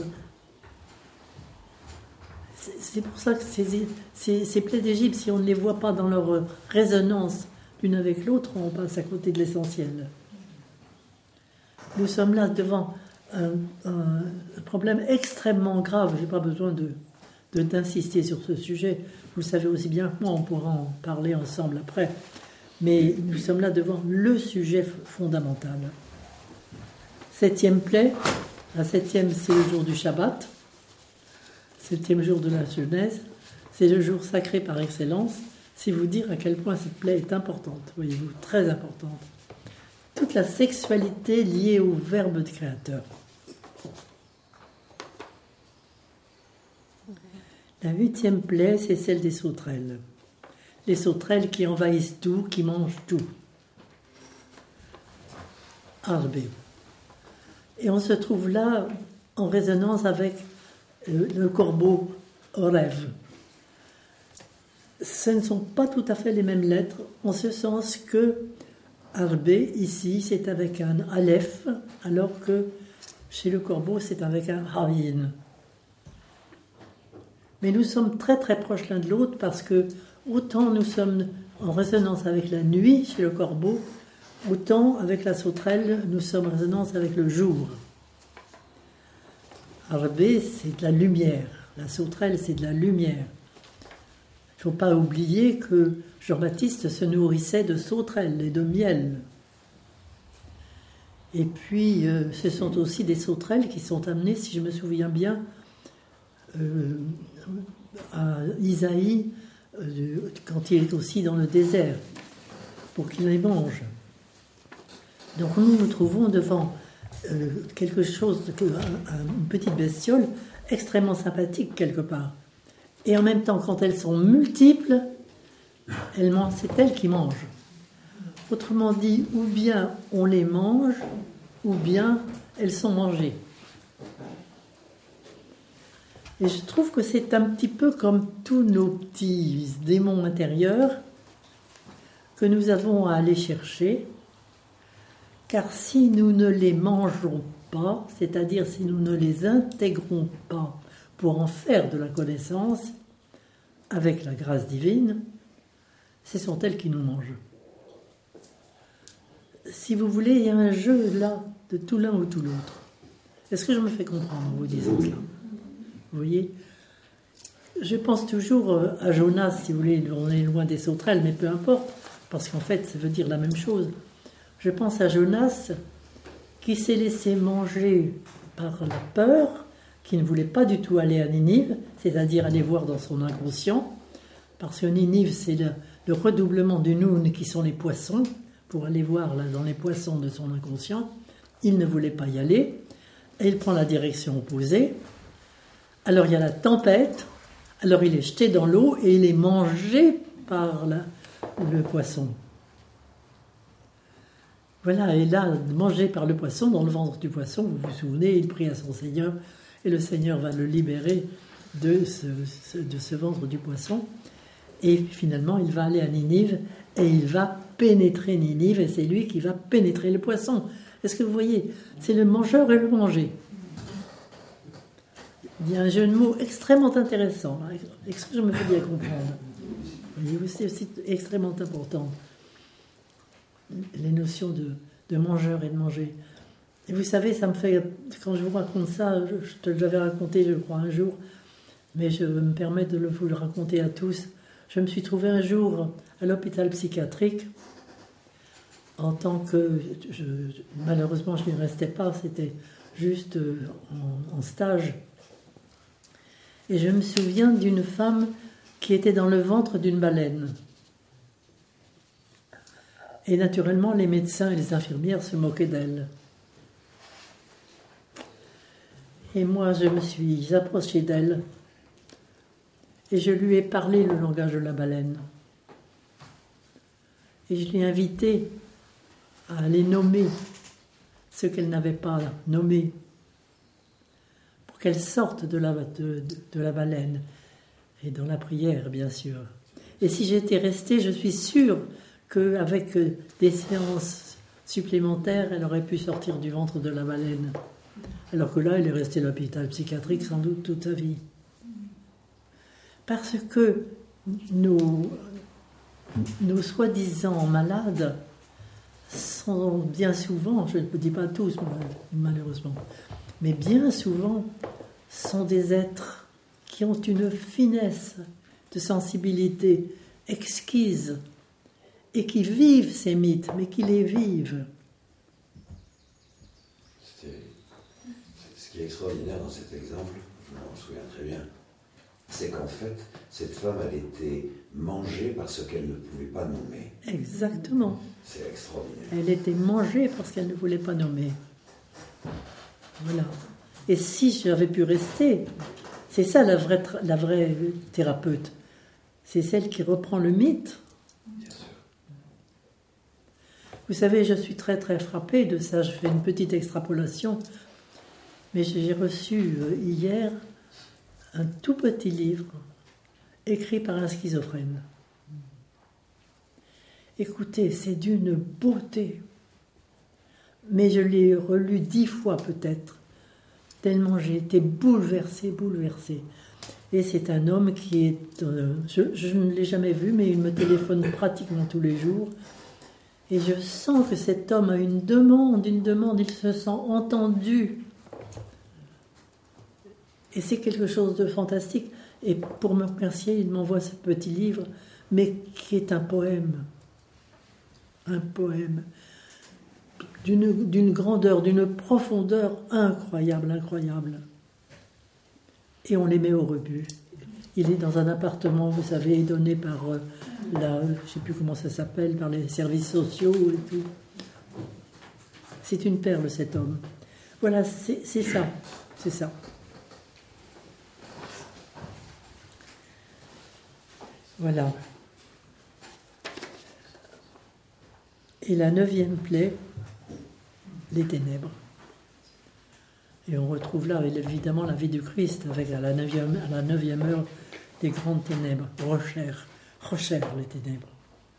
C'est, c'est pour ça que ces, ces, ces plaies d'Égypte, si on ne les voit pas dans leur résonance l'une avec l'autre, on passe à côté de l'essentiel. Nous sommes là devant un, un problème extrêmement grave. Je n'ai pas besoin de, de, d'insister sur ce sujet. Vous le savez aussi bien que moi, on pourra en parler ensemble après. Mais nous sommes là devant le sujet fondamental. Septième plaie, la septième c'est le jour du Shabbat, septième jour de la Genèse, c'est le jour sacré par excellence. C'est vous dire à quel point cette plaie est importante, voyez-vous, très importante. Toute la sexualité liée au verbe de créateur. La huitième plaie, c'est celle des sauterelles. Les sauterelles qui envahissent tout, qui mangent tout. Arbé. Et on se trouve là en résonance avec le corbeau Orève. Ce ne sont pas tout à fait les mêmes lettres, en ce sens que Arbé, ici, c'est avec un Aleph, alors que Chez le corbeau, c'est avec un ravine. Mais nous sommes très très proches l'un de l'autre parce que autant nous sommes en résonance avec la nuit chez le corbeau, autant avec la sauterelle, nous sommes en résonance avec le jour. Arbé, c'est de la lumière. La sauterelle, c'est de la lumière. Il ne faut pas oublier que Jean-Baptiste se nourrissait de sauterelles et de miel. Et puis, euh, ce sont aussi des sauterelles qui sont amenées, si je me souviens bien, euh, à Isaïe, euh, quand il est aussi dans le désert, pour qu'il les mange. Donc nous nous trouvons devant euh, quelque chose, une petite bestiole extrêmement sympathique quelque part. Et en même temps, quand elles sont multiples, elles mangent, c'est elles qui mangent. Autrement dit, ou bien on les mange, ou bien elles sont mangées. Et je trouve que c'est un petit peu comme tous nos petits démons intérieurs que nous avons à aller chercher, car si nous ne les mangeons pas, c'est-à-dire si nous ne les intégrons pas pour en faire de la connaissance, avec la grâce divine, ce sont elles qui nous mangent. Si vous voulez, il y a un jeu là, de tout l'un ou tout l'autre. Est-ce que je me fais comprendre en vous disant ça ? Vous voyez ? Je pense toujours à Jonas, si vous voulez, on est loin des sauterelles, mais peu importe, parce qu'en fait, ça veut dire la même chose. Je pense à Jonas qui s'est laissé manger par la peur, qui ne voulait pas du tout aller à Ninive, c'est-à-dire aller voir dans son inconscient, parce que Ninive, c'est le, le redoublement du Noun, qui sont les poissons, pour aller voir là, dans les poissons de son inconscient. Il ne voulait pas y aller, et il prend la direction opposée. Alors il y a la tempête, alors il est jeté dans l'eau et il est mangé par la, le poisson. Voilà, et là, mangé par le poisson, dans le ventre du poisson, vous vous souvenez, il prie à son Seigneur, et le Seigneur va le libérer de ce, de ce ventre du poisson. Et finalement, il va aller à Ninive, et il va pénétrer Ninive, et c'est lui qui va pénétrer le poisson. Est-ce que vous voyez ? C'est le mangeur et le mangé. Il y a un jeu de mots extrêmement intéressant. Est-ce que je me fais bien comprendre ? C'est aussi extrêmement important. Les notions de, de mangeur et de manger. Et vous savez, ça me fait, quand je vous raconte ça, je, je te l'avais raconté, je crois, un jour, mais je me permets de le, vous le raconter à tous. Je me suis trouvé un jour à l'hôpital psychiatrique, en tant que, je, malheureusement, je n'y restais pas, c'était juste en, en stage. Et je me souviens d'une femme qui était dans le ventre d'une baleine. Et naturellement, les médecins et les infirmières se moquaient d'elle. Et moi, je me suis approchée d'elle et je lui ai parlé le langage de la baleine. Et je l'ai invitée à aller nommer ce qu'elle n'avait pas nommé pour qu'elle sorte de la, de, de, de la baleine. Et dans la prière, bien sûr. Et si j'étais restée, je suis sûre qu'avec des séances supplémentaires, elle aurait pu sortir du ventre de la baleine. Alors que là, elle est restée à l'hôpital psychiatrique sans doute toute sa vie. Parce que nos, nos soi-disant malades sont bien souvent, je ne le dis pas tous malheureusement, mais bien souvent sont des êtres qui ont une finesse de sensibilité exquise, et qui vivent ces mythes, mais qui les vivent. C'était, ce qui est extraordinaire dans cet exemple, je m'en souviens très bien, c'est qu'en fait, cette femme, elle était mangée par ce qu'elle ne pouvait pas nommer. Exactement. C'est extraordinaire. Elle était mangée parce qu'elle ne voulait pas nommer. Voilà. Et si j'avais pu rester, c'est ça la vraie, la vraie thérapeute. C'est celle qui reprend le mythe. Vous savez, je suis très très frappée de ça, je fais une petite extrapolation, mais j'ai reçu hier un tout petit livre écrit par un schizophrène. Écoutez, c'est d'une beauté, mais je l'ai relu dix fois peut-être, tellement j'ai été bouleversée, bouleversée. Et c'est un homme qui est... Euh, je, je ne l'ai jamais vu, mais il me téléphone pratiquement tous les jours. Et je sens que cet homme a une demande, une demande, il se sent entendu. Et c'est quelque chose de fantastique. Et pour me remercier, il m'envoie ce petit livre, mais qui est un poème. Un poème d'une, d'une grandeur, d'une profondeur incroyable, incroyable. Et on les met au rebut. Il est dans un appartement, vous savez, donné par euh, la, je ne sais plus comment ça s'appelle, par les services sociaux et tout. C'est une perle, cet homme. Voilà, c'est, c'est ça, c'est ça. Voilà. Et la neuvième plaie, les ténèbres. Et on retrouve là, évidemment, la vie du Christ, avec à la neuvième, à la neuvième heure, les grandes ténèbres. Recherche, recherche les ténèbres.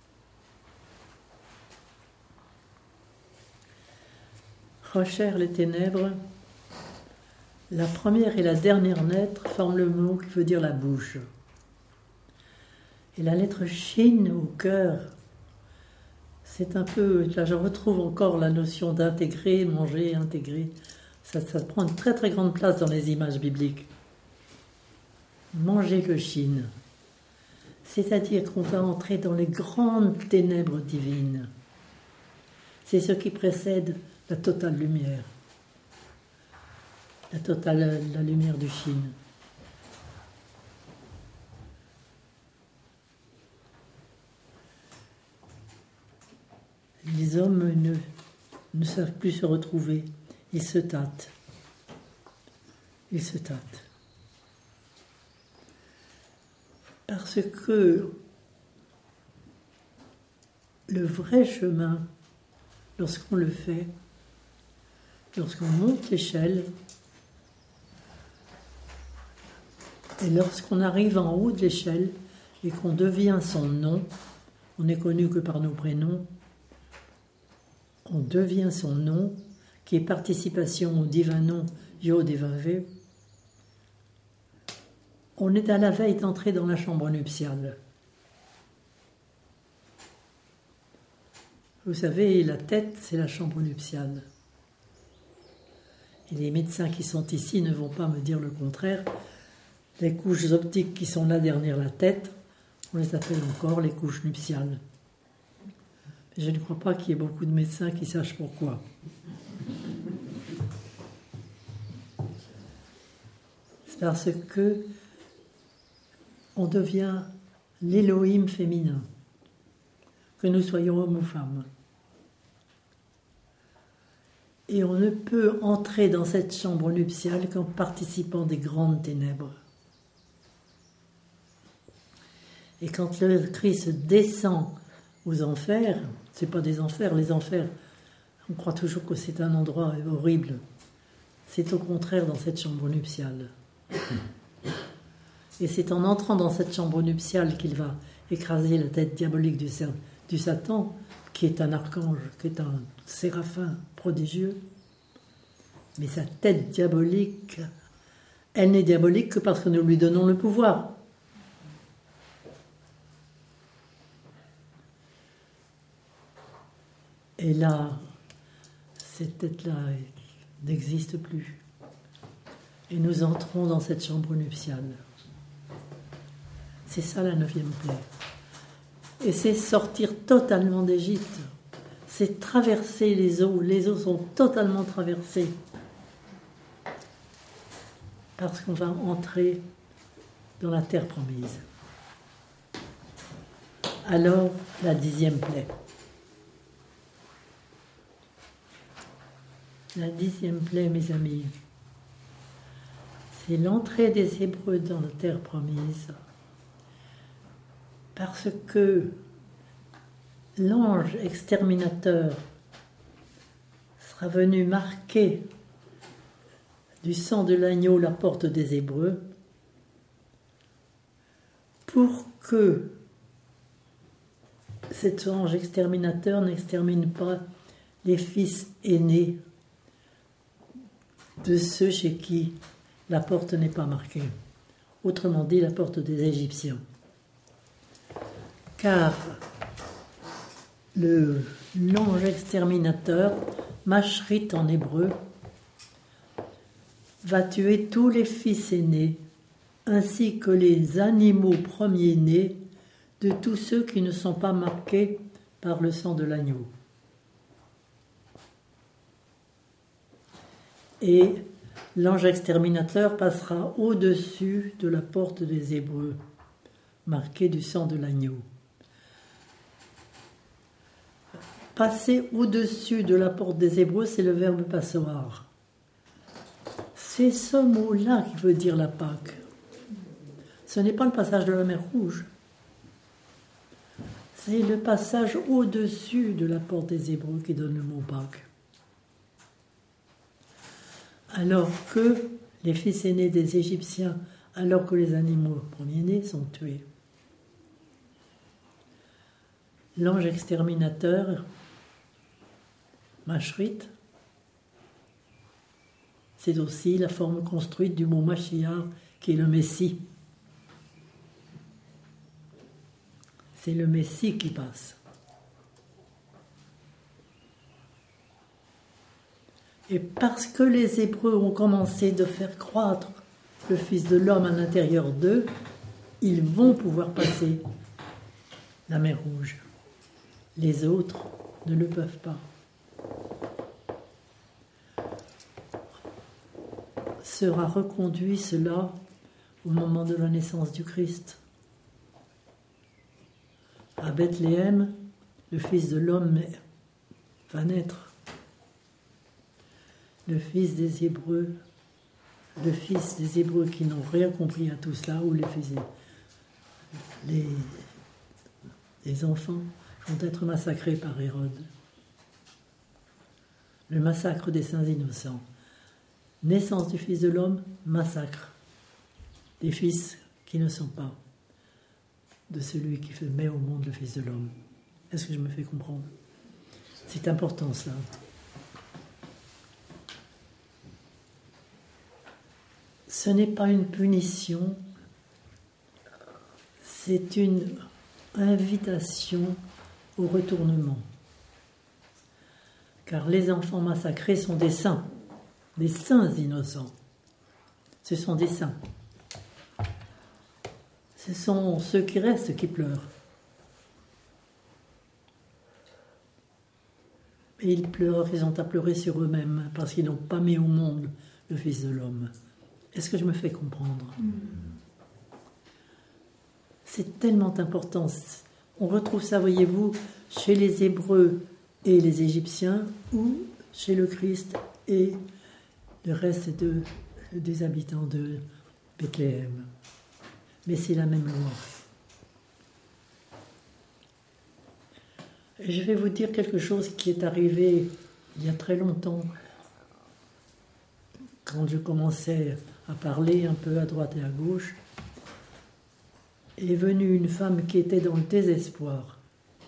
Recherche les ténèbres. La première et la dernière lettre forment le mot qui veut dire la bouche. Et la lettre chine au cœur, c'est un peu, là je retrouve encore la notion d'intégrer, manger, intégrer. Ça, ça prend une très très grande place dans les images bibliques. Manger le chine, c'est-à-dire qu'on va entrer dans les grandes ténèbres divines. C'est ce qui précède la totale lumière, la totale la lumière du chine. Les hommes ne, ne savent plus se retrouver. Ils se tâtent. Ils se tâtent. Parce que le vrai chemin, lorsqu'on le fait, lorsqu'on monte l'échelle, et lorsqu'on arrive en haut de l'échelle et qu'on devient son nom, on n'est connu que par nos prénoms, on devient son nom, qui est participation au divin nom Yod et Vav. On est à la veille d'entrer dans la chambre nuptiale. Vous savez, la tête, c'est la chambre nuptiale. Et les médecins qui sont ici ne vont pas me dire le contraire. Les couches optiques qui sont là derrière la tête, on les appelle encore les couches nuptiales. Mais je ne crois pas qu'il y ait beaucoup de médecins qui sachent pourquoi. C'est parce que on devient l'Élohim féminin, que nous soyons hommes ou femmes. Et on ne peut entrer dans cette chambre nuptiale qu'en participant des grandes ténèbres. Et quand le Christ descend aux enfers, c'est pas des enfers, les enfers, on croit toujours que c'est un endroit horrible. C'est au contraire dans cette chambre nuptiale. Et c'est en entrant dans cette chambre nuptiale qu'il va écraser la tête diabolique du, du Satan, qui est un archange, qui est un séraphin prodigieux. Mais sa tête diabolique, elle n'est diabolique que parce que nous lui donnons le pouvoir. Et là, cette tête-là n'existe plus. Et nous entrons dans cette chambre nuptiale. C'est ça la neuvième plaie. Et c'est sortir totalement d'Égypte. C'est traverser les eaux. Les eaux sont totalement traversées. Parce qu'on va entrer dans la terre promise. Alors, la dixième plaie. La dixième plaie, mes amis, c'est l'entrée des Hébreux dans la terre promise. Parce que l'ange exterminateur sera venu marquer du sang de l'agneau la porte des Hébreux pour que cet ange exterminateur n'extermine pas les fils aînés de ceux chez qui la porte n'est pas marquée. Autrement dit, la porte des Égyptiens. Car le, l'ange exterminateur, Mashrit en hébreu, va tuer tous les fils aînés, ainsi que les animaux premiers-nés de tous ceux qui ne sont pas marqués par le sang de l'agneau. Et l'ange exterminateur passera au-dessus de la porte des Hébreux, marquée du sang de l'agneau. Passer au-dessus de la porte des Hébreux, c'est le verbe passoar. C'est ce mot-là qui veut dire la Pâque. Ce n'est pas le passage de la mer Rouge. C'est le passage au-dessus de la porte des Hébreux qui donne le mot Pâques. Alors que les fils aînés des Égyptiens, alors que les animaux premiers-nés sont tués. L'ange exterminateur, Mashrit, c'est aussi la forme construite du mot Mashiach, qui est le Messie. C'est le Messie qui passe. Et parce que les Hébreux ont commencé de faire croître le Fils de l'homme à l'intérieur d'eux, ils vont pouvoir passer la mer Rouge. Les autres ne le peuvent pas. Sera reconduit cela au moment de la naissance du Christ. À Bethléem, le Fils de l'homme va naître. Le fils des Hébreux, le fils des Hébreux qui n'ont rien compris à tout cela, ou les fils, les, les enfants vont être massacrés par Hérode. Le massacre des saints innocents. Naissance du Fils de l'homme, massacre des fils qui ne sont pas de celui qui met au monde le Fils de l'homme. Est-ce que je me fais comprendre? C'est important ça. Ce n'est pas une punition, c'est une invitation au retournement. Car les enfants massacrés sont des saints, des saints innocents. Ce sont des saints. Ce sont ceux qui restent qui pleurent. Et ils pleurent, ils ont à pleurer sur eux-mêmes parce qu'ils n'ont pas mis au monde le Fils de l'homme. Est-ce que je me fais comprendre? mmh. C'est tellement important. On retrouve ça, voyez-vous, chez les Hébreux et les Égyptiens, ou chez le Christ et le reste de, des habitants de Bethléem. Mais c'est la même loi. Et je vais vous dire quelque chose qui est arrivé il y a très longtemps, quand je commençais à parler un peu à droite et à gauche, est venue une femme qui était dans le désespoir.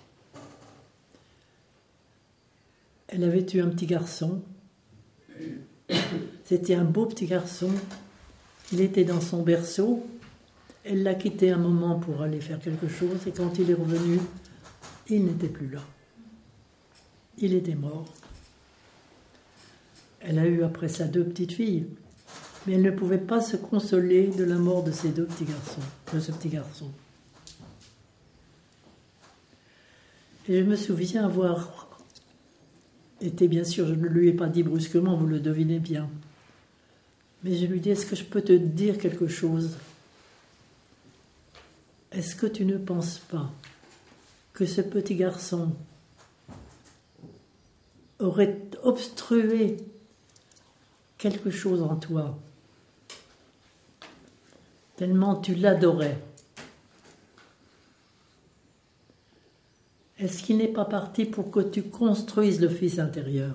Elle avait eu un petit garçon. C'était un beau petit garçon. Il était dans son berceau. Elle l'a quitté un moment pour aller faire quelque chose, et quand il est revenu, il n'était plus là. Il était mort. Elle a eu après ça deux petites filles, mais elle ne pouvait pas se consoler de la mort de ces deux petits garçons, de ce petit garçon. Et je me souviens avoir été, bien sûr, je ne lui ai pas dit brusquement, vous le devinez bien, mais je lui ai dit, est-ce que je peux te dire quelque chose? Est-ce que tu ne penses pas que ce petit garçon aurait obstrué quelque chose en toi, tellement tu l'adorais? Est-ce qu'il n'est pas parti pour que tu construises le Fils intérieur?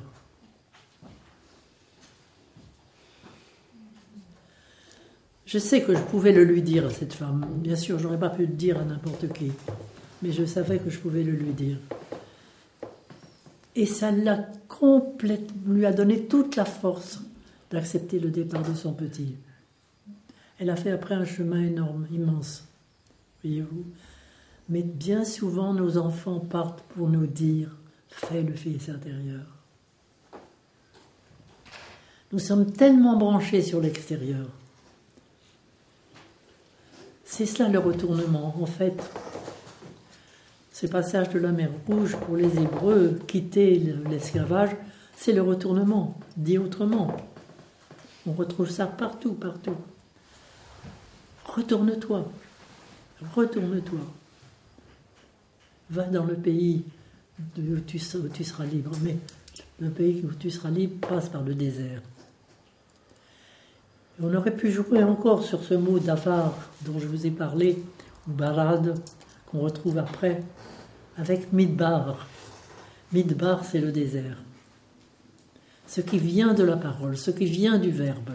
Je sais que je pouvais le lui dire à cette femme. Bien sûr, je n'aurais pas pu le dire à n'importe qui, mais je savais que je pouvais le lui dire. Et ça l'a complètement, lui a donné toute la force d'accepter le départ de son petit. Elle a fait après un chemin énorme, immense, voyez-vous. Mais bien souvent, nos enfants partent pour nous dire « fais le fils intérieur ». Nous sommes tellement branchés sur l'extérieur. C'est cela le retournement. En fait, ce passage de la mer Rouge pour les Hébreux, quitter l'esclavage, c'est le retournement, dit autrement. On retrouve ça partout, partout. Retourne-toi, retourne-toi. Va dans le pays où tu, où tu seras libre. Mais le pays où tu seras libre passe par le désert. Et on aurait pu jouer encore sur ce mot d'avar dont je vous ai parlé, ou barad, qu'on retrouve après, avec midbar. Midbar, c'est le désert. Ce qui vient de la parole, ce qui vient du verbe.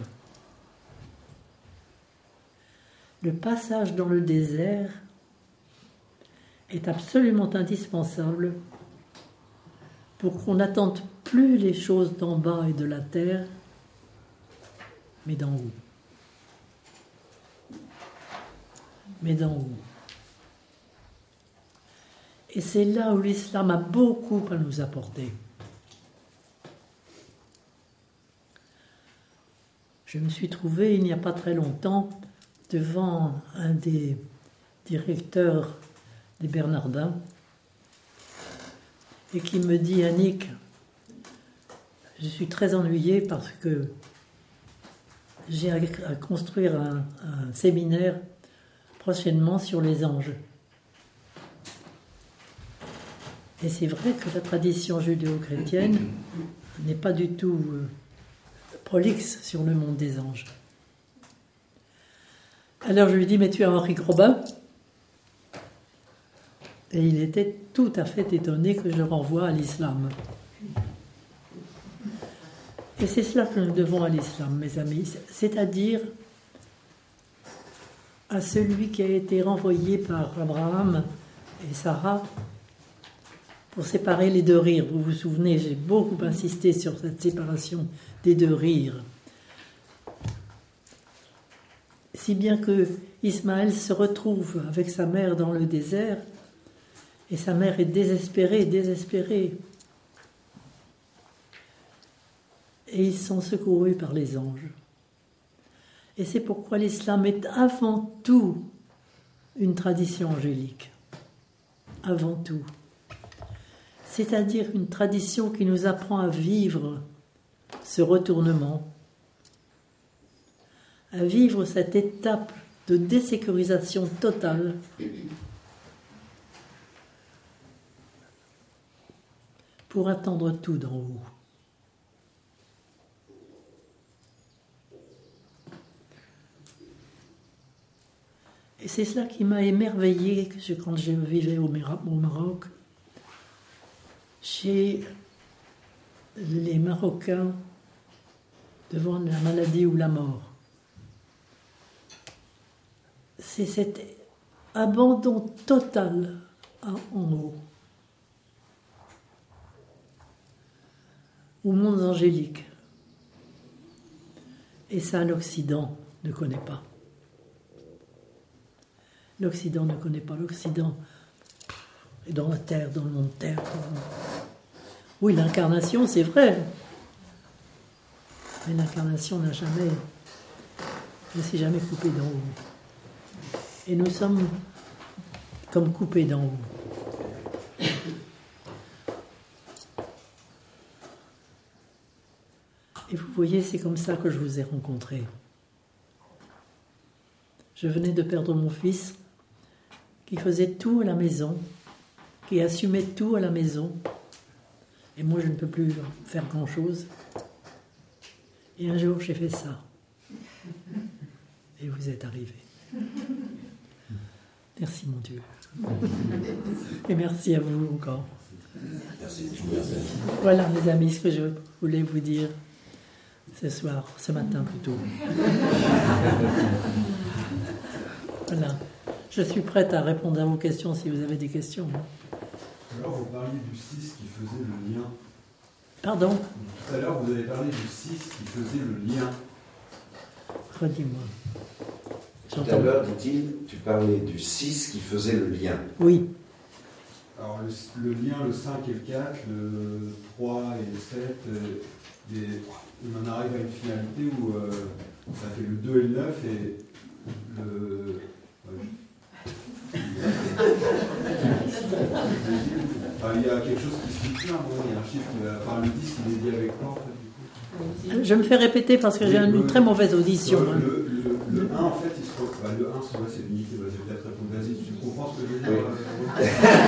Le passage dans le désert est absolument indispensable pour qu'on n'attende plus les choses d'en bas et de la terre, mais d'en haut. Mais d'en haut. Et c'est là où l'islam a beaucoup à nous apporter. Je me suis trouvé il n'y a pas très longtemps devant un des directeurs des Bernardins et qui me dit « Annick, je suis très ennuyée parce que j'ai à, à construire un, un séminaire prochainement sur les anges. » Et c'est vrai que la tradition judéo-chrétienne n'est pas du tout euh, prolixe sur le monde des anges. Alors je lui dis « Mais tu as Henri Grobin ?» Et il était tout à fait étonné que je renvoie à l'islam. Et c'est cela que nous devons à l'islam, mes amis, c'est-à-dire à celui qui a été renvoyé par Abraham et Sarah pour séparer les deux rires. Vous vous souvenez, j'ai beaucoup insisté sur cette séparation des deux rires. Si bien que Ismaël se retrouve avec sa mère dans le désert, et sa mère est désespérée, désespérée. Et ils sont secourus par les anges. Et c'est pourquoi l'islam est avant tout une tradition angélique. Avant tout. C'est-à-dire une tradition qui nous apprend à vivre ce retournement, à vivre cette étape de désécurisation totale pour attendre tout d'en haut. Et c'est cela qui m'a émerveillée quand je vivais au Maroc, chez les Marocains devant la maladie ou la mort. C'est cet abandon total en haut, au monde angélique. Et ça, l'Occident ne connaît pas. L'Occident ne connaît pas. L'Occident est dans la terre, dans le monde terre. Oui, l'incarnation, c'est vrai. Mais l'incarnation n'a jamais, ne s'est jamais coupée d'en haut. Et nous sommes comme coupés d'en haut. Et vous voyez, c'est comme ça que je vous ai rencontré. Je venais de perdre mon fils, qui faisait tout à la maison, qui assumait tout à la maison. Et moi, je ne peux plus faire grand-chose. Et un jour, j'ai fait ça. Et vous êtes arrivés. Merci, mon Dieu. Et merci à vous encore. Merci. Voilà, mes amis, ce que je voulais vous dire ce soir, ce matin plutôt. Voilà. Je suis prête à répondre à vos questions si vous avez des questions. Alors, vous parliez du six qui faisait le lien Pardon? Tout à l'heure, vous avez parlé du six qui faisait le lien. Redis-moi. Tout à l'heure, dit-il, tu parlais du six qui faisait le lien. Oui. Alors, le, le lien, le cinq et le quatre, le trois et le sept, euh, des, on en arrive à une finalité où euh, ça fait le deux et le neuf et le... Ouais, enfin, il y a quelque chose qui se dit, bon, il y a un chiffre, qui va, enfin le dix il est lié avec quoi en fait, du coup? Je me fais répéter parce que oui, j'ai une le, très mauvaise audition. Le, le, le, le un en fait, il se retrouve, bah, le un c'est, ouais, c'est l'unité, bah, j'ai peut-être répondu, vas-y, tu comprends ce que je veux dire? Oui.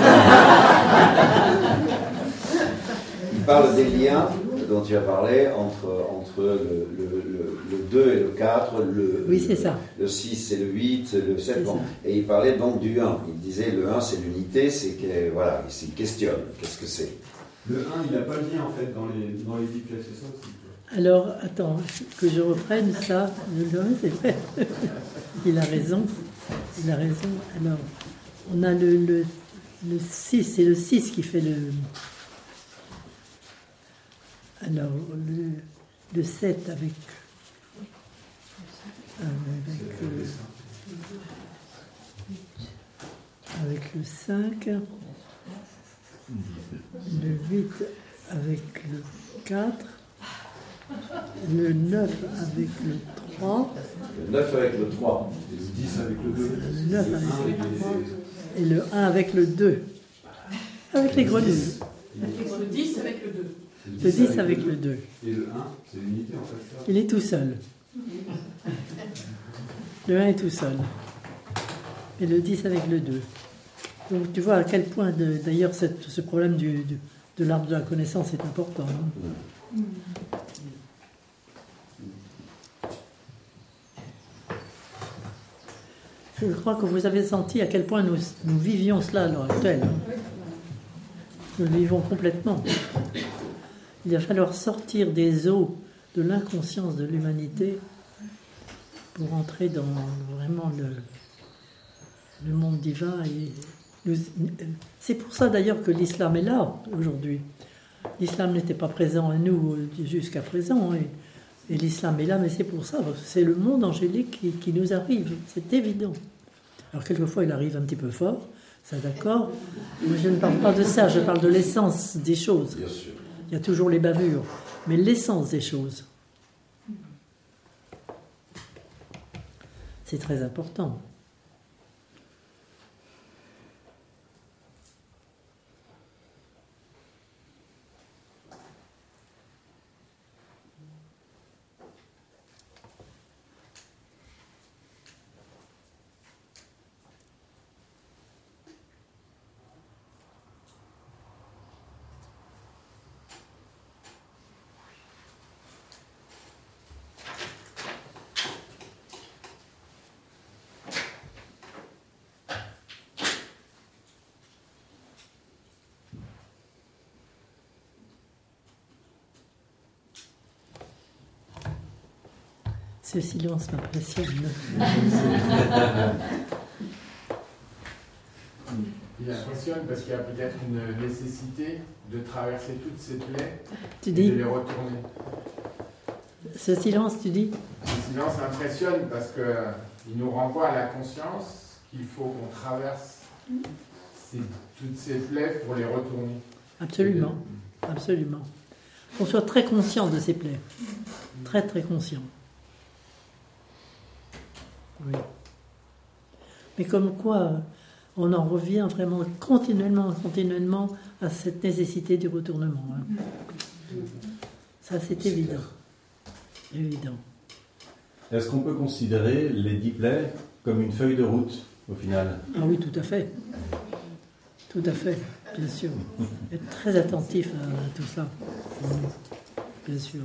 Il parle des liens dont tu as parlé entre, entre le, le, le, le deux et le quatre, le, oui, c'est ça. le six et le huit, le sept, bon. Et il parlait donc du un. Il disait le un c'est l'unité, c'est que, voilà, il questionne, qu'est-ce que c'est? Le un, il n'a pas le lien en fait dans les, dans les diplets, c'est ça aussi? Alors, attends, que je reprenne ça, le un, c'est vrai. Il a raison, il a raison. Alors, on a le, le, le six, c'est le six qui fait le... Alors, le, le sept avec, avec, euh, avec le cinq, le huit avec le quatre, le neuf avec le trois, le neuf avec le trois, le dix avec le deux, le neuf avec le trois, et le un avec le deux, avec les grenouilles. Le dix avec le deux. Le dix avec le deux. Et le un, c'est l'unité en fait. Ça. Il est tout seul. Le un est tout seul. Et le dix avec le deux. Donc tu vois à quel point, de, d'ailleurs, cette, ce problème du, du, de l'arbre de la connaissance est important. Hein. Je crois que vous avez senti à quel point nous, nous vivions cela à l'heure actuelle. Hein. Nous le vivons complètement. Il va falloir sortir des eaux de l'inconscience de l'humanité pour entrer dans vraiment le, le monde divin. Et nous, c'est pour ça d'ailleurs que l'islam est là aujourd'hui. L'islam n'était pas présent à nous jusqu'à présent. Et, et l'islam est là, mais c'est pour ça, parce que c'est le monde angélique qui, qui nous arrive. C'est évident. Alors quelquefois, il arrive un petit peu fort, ça d'accord. Mais je ne parle pas de ça, je parle de l'essence des choses. Bien sûr. Il y a toujours les bavures, mais l'essence des choses, c'est très important. Ce silence m'impressionne. Il impressionne parce qu'il y a peut-être une nécessité de traverser toutes ces plaies tu et dis, de les retourner. Ce silence, tu dis? Ce silence impressionne parce qu'il nous renvoie à la conscience qu'il faut qu'on traverse ces, toutes ces plaies pour les retourner. Absolument, absolument. Qu'on soit très conscient de ces plaies. Très, très conscient. Oui. Mais comme quoi, on en revient vraiment continuellement, continuellement à cette nécessité du retournement. Hein. Ça, c'est, c'est évident. Clair. Évident. Est-ce qu'on peut considérer les dix plaies comme une feuille de route, au final? Ah oui, tout à fait. Tout à fait, bien sûr. Être très attentif à tout ça. Bien sûr.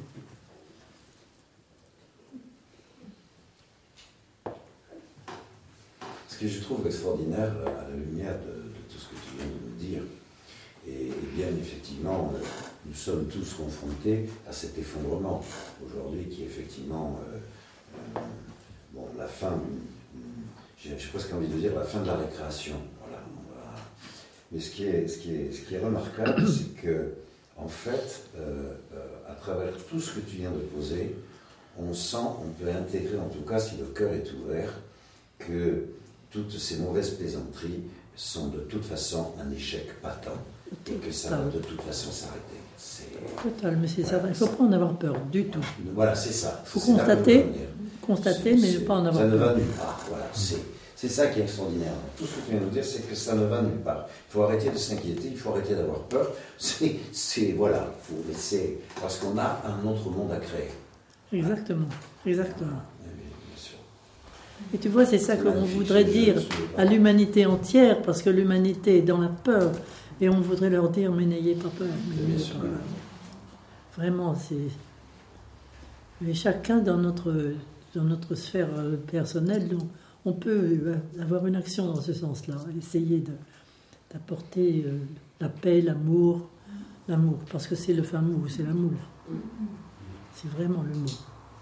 Ce que je trouve extraordinaire à la lumière de, de tout ce que tu viens de nous dire, et, et bien effectivement, nous sommes tous confrontés à cet effondrement aujourd'hui qui est effectivement euh, euh, bon, la fin, j'ai, j'ai presque envie de dire la fin de la récréation. Voilà, voilà. Mais ce qui est, ce qui est, ce qui est remarquable, c'est que en fait, euh, euh, à travers tout ce que tu viens de poser, on sent, on peut intégrer, en tout cas si le cœur est ouvert, que toutes ces mauvaises plaisanteries sont de toute façon un échec patent et que ça va de toute façon s'arrêter. C'est... Total, mais c'est voilà, certain. Il ne faut pas en avoir peur du tout. Voilà, c'est ça. Il faut c'est constater, c'est, constater mais ne pas en avoir ça peur. Ça ne va nulle part. Voilà, c'est, c'est ça qui est extraordinaire. Tout ce que tu viens de nous dire, c'est que ça ne va nulle part. Il faut arrêter de s'inquiéter, il faut arrêter d'avoir peur. C'est, c'est voilà, il faut laisser, parce qu'on a un autre monde à créer. Exactement, exactement. Oui, bien sûr. Et tu vois, c'est ça C'est qu'on magnifique, voudrait je- dire je suis à l'humanité entière, parce que l'humanité est dans la peur, et on voudrait leur dire, mais n'ayez pas peur. mais Bien n'ayez sûr. pas peur. Vraiment, c'est... Mais chacun dans notre, dans notre sphère euh, personnelle, on, on peut euh, avoir une action dans ce sens-là, essayer de, d'apporter euh, la paix, l'amour, l'amour, parce que c'est le fameux mot, c'est l'amour. C'est vraiment le mot.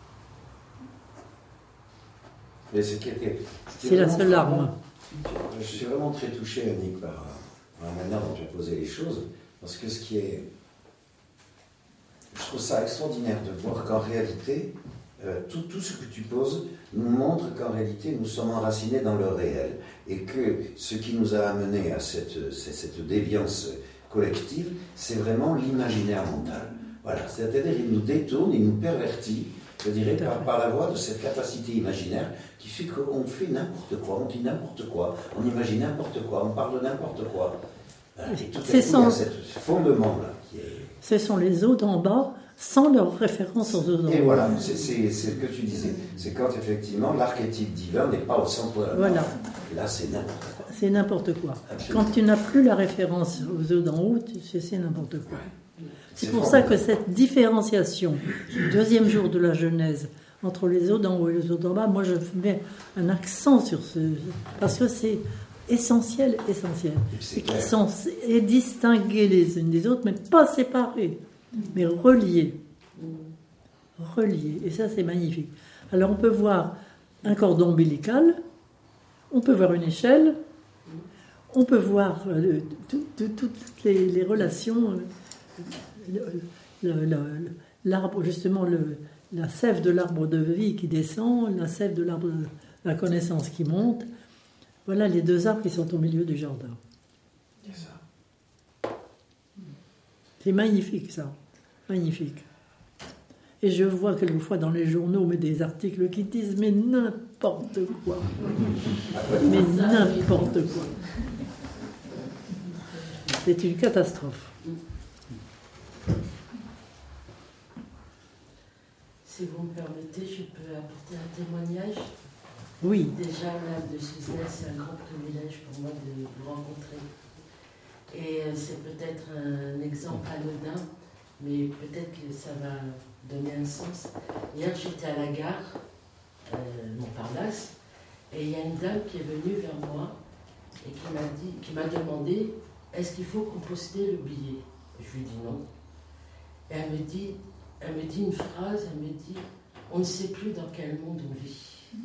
Mais c'est, qui était- C'est la vraiment seule très arme. bon. Je suis vraiment très touché, Annick, par, par la manière dont tu as posé les choses, parce que ce qui est... Je trouve ça extraordinaire de voir qu'en réalité, euh, tout, tout ce que tu poses nous montre qu'en réalité, nous sommes enracinés dans le réel, et que ce qui nous a amené à cette, cette, cette déviance collective, c'est vraiment l'imaginaire mental. Voilà, c'est-à-dire il nous détourne, il nous pervertit, je dirais, par, par la voie de cette capacité imaginaire qui fait qu'on fait n'importe quoi, on dit n'importe quoi, on imagine n'importe quoi, on parle de n'importe quoi. Voilà, et tout à coup, C'est il y a sans- ce fondement-là qui est... Ce sont les eaux d'en bas, sans leur référence aux eaux d'en Et haut. voilà, c'est, c'est, c'est ce que tu disais. C'est quand effectivement l'archétype divin n'est pas au centre de la Voilà. barre. Et là, c'est n'importe quoi. C'est n'importe quoi. Absolument. Quand tu n'as plus la référence aux eaux d'en haut, tu sais, c'est n'importe quoi. C'est C'est pour ça formidable. que cette différenciation, du deuxième jour de la Genèse, entre les eaux d'en haut et les eaux d'en bas, moi je mets un accent sur ce... Parce que c'est essentiel, essentiel. Et puis c'est Et qui clair. sont et distinguées les unes des autres, mais pas séparées, mais reliées. Reliées. Et ça, c'est magnifique. Alors on peut voir un cordon ombilical, on peut voir une échelle, on peut voir euh, tout- tout- toutes les, les relations, euh, le- le- le- l'arbre, justement, le, la sève de l'arbre de vie qui descend, la sève de l'arbre de la connaissance qui monte. Voilà les deux arbres qui sont au milieu du jardin. C'est ça. C'est magnifique, ça. Magnifique. Et je vois quelquefois dans les journaux mais des articles qui disent mais n'importe quoi. Mais n'importe quoi. C'est une catastrophe. Si vous me permettez, je peux apporter un témoignage. Oui, Déjà, Madame de Suznel, c'est un grand privilège pour moi de vous rencontrer. Et euh, c'est peut-être un exemple anodin, mais peut-être que ça va donner un sens. Hier, j'étais à la gare, euh, Montparnasse, et il y a une dame qui est venue vers moi et qui m'a dit, qui m'a demandé est-ce qu'il faut composter le billet. Je lui dis non. Et elle me dit, elle me dit une phrase, elle me dit on ne sait plus dans quel monde on vit.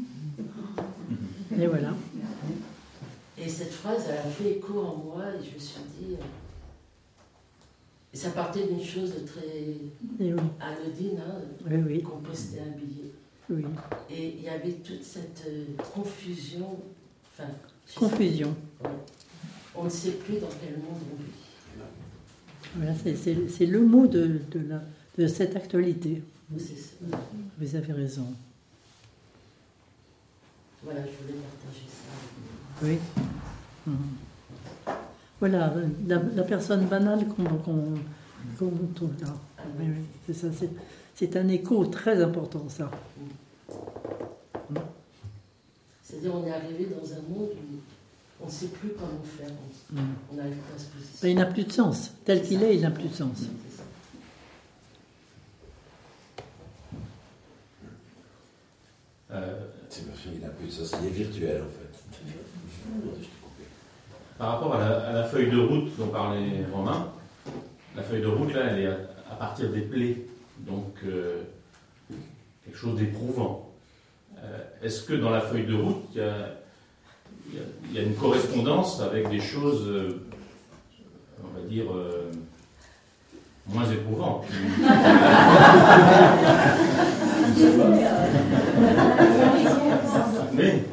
et voilà. Et cette phrase, elle a fait écho en moi et je me suis dit. euh, Et ça partait d'une chose de très Et oui, anodine, hein, oui, oui, composter un billet. oui. Et il y avait toute cette euh, confusion. Enfin, je sais Confusion. pas, ouais. On ne sait plus dans quel monde on vit. Voilà, c'est, c'est- c'est le mot de, de, la, de cette actualité. C'est ça. Vous avez raison. Voilà, je voulais partager ça. Oui. Mhm. Voilà, la, la personne banale qu'on, qu'on, qu'on trouve là. Ah, Oui, oui, c'est ça. C'est, c'est un écho très important, ça. C'est-à-dire, on est arrivé dans un monde où on ne sait plus comment faire. On Mhm. on n'arrive pas à se positionner. Ben, il n'a plus de sens. Tel qu'il est, il n'a plus de sens. C'est ça. Euh, C'est parce qu'il n'a plus de sens, il est virtuel en fait. Je t'ai coupé. Par rapport à la, à la feuille de route dont parlait Romain, la feuille de route, là, elle est à, à partir des plaies, donc euh, quelque chose d'éprouvant. Euh, est-ce que dans la feuille de route, il y a, il y a- il y a une correspondance avec des choses, euh, on va dire, euh, moins éprouvant. Mais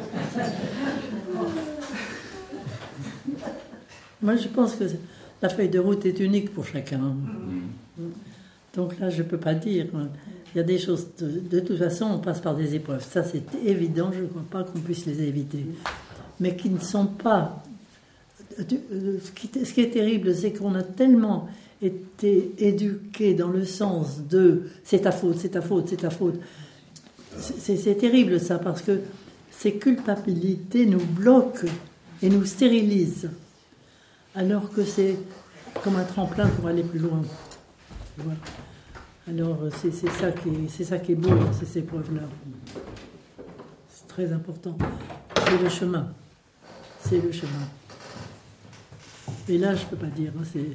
Moi, je pense que la feuille de route est unique pour chacun. Donc là, je ne peux pas dire. Il y a des choses, de, de toute façon, on passe par des épreuves. Ça, c'est évident, je ne crois pas qu'on puisse les éviter. Mais qui ne sont pas... Ce qui, ce qui est terrible, c'est qu'on a tellement été éduqués dans le sens de « c'est ta faute, c'est ta faute, c'est ta faute ». C'est, c'est terrible ça, parce que ces culpabilités nous bloquent et nous stérilisent. Alors que c'est comme un tremplin pour aller plus loin. Voilà. Alors c'est, c'est, ça qui est, c'est ça qui est beau dans ces épreuves-là. C'est très important. C'est le chemin. C'est le chemin. Et là, je ne peux pas dire. Hein, c'est...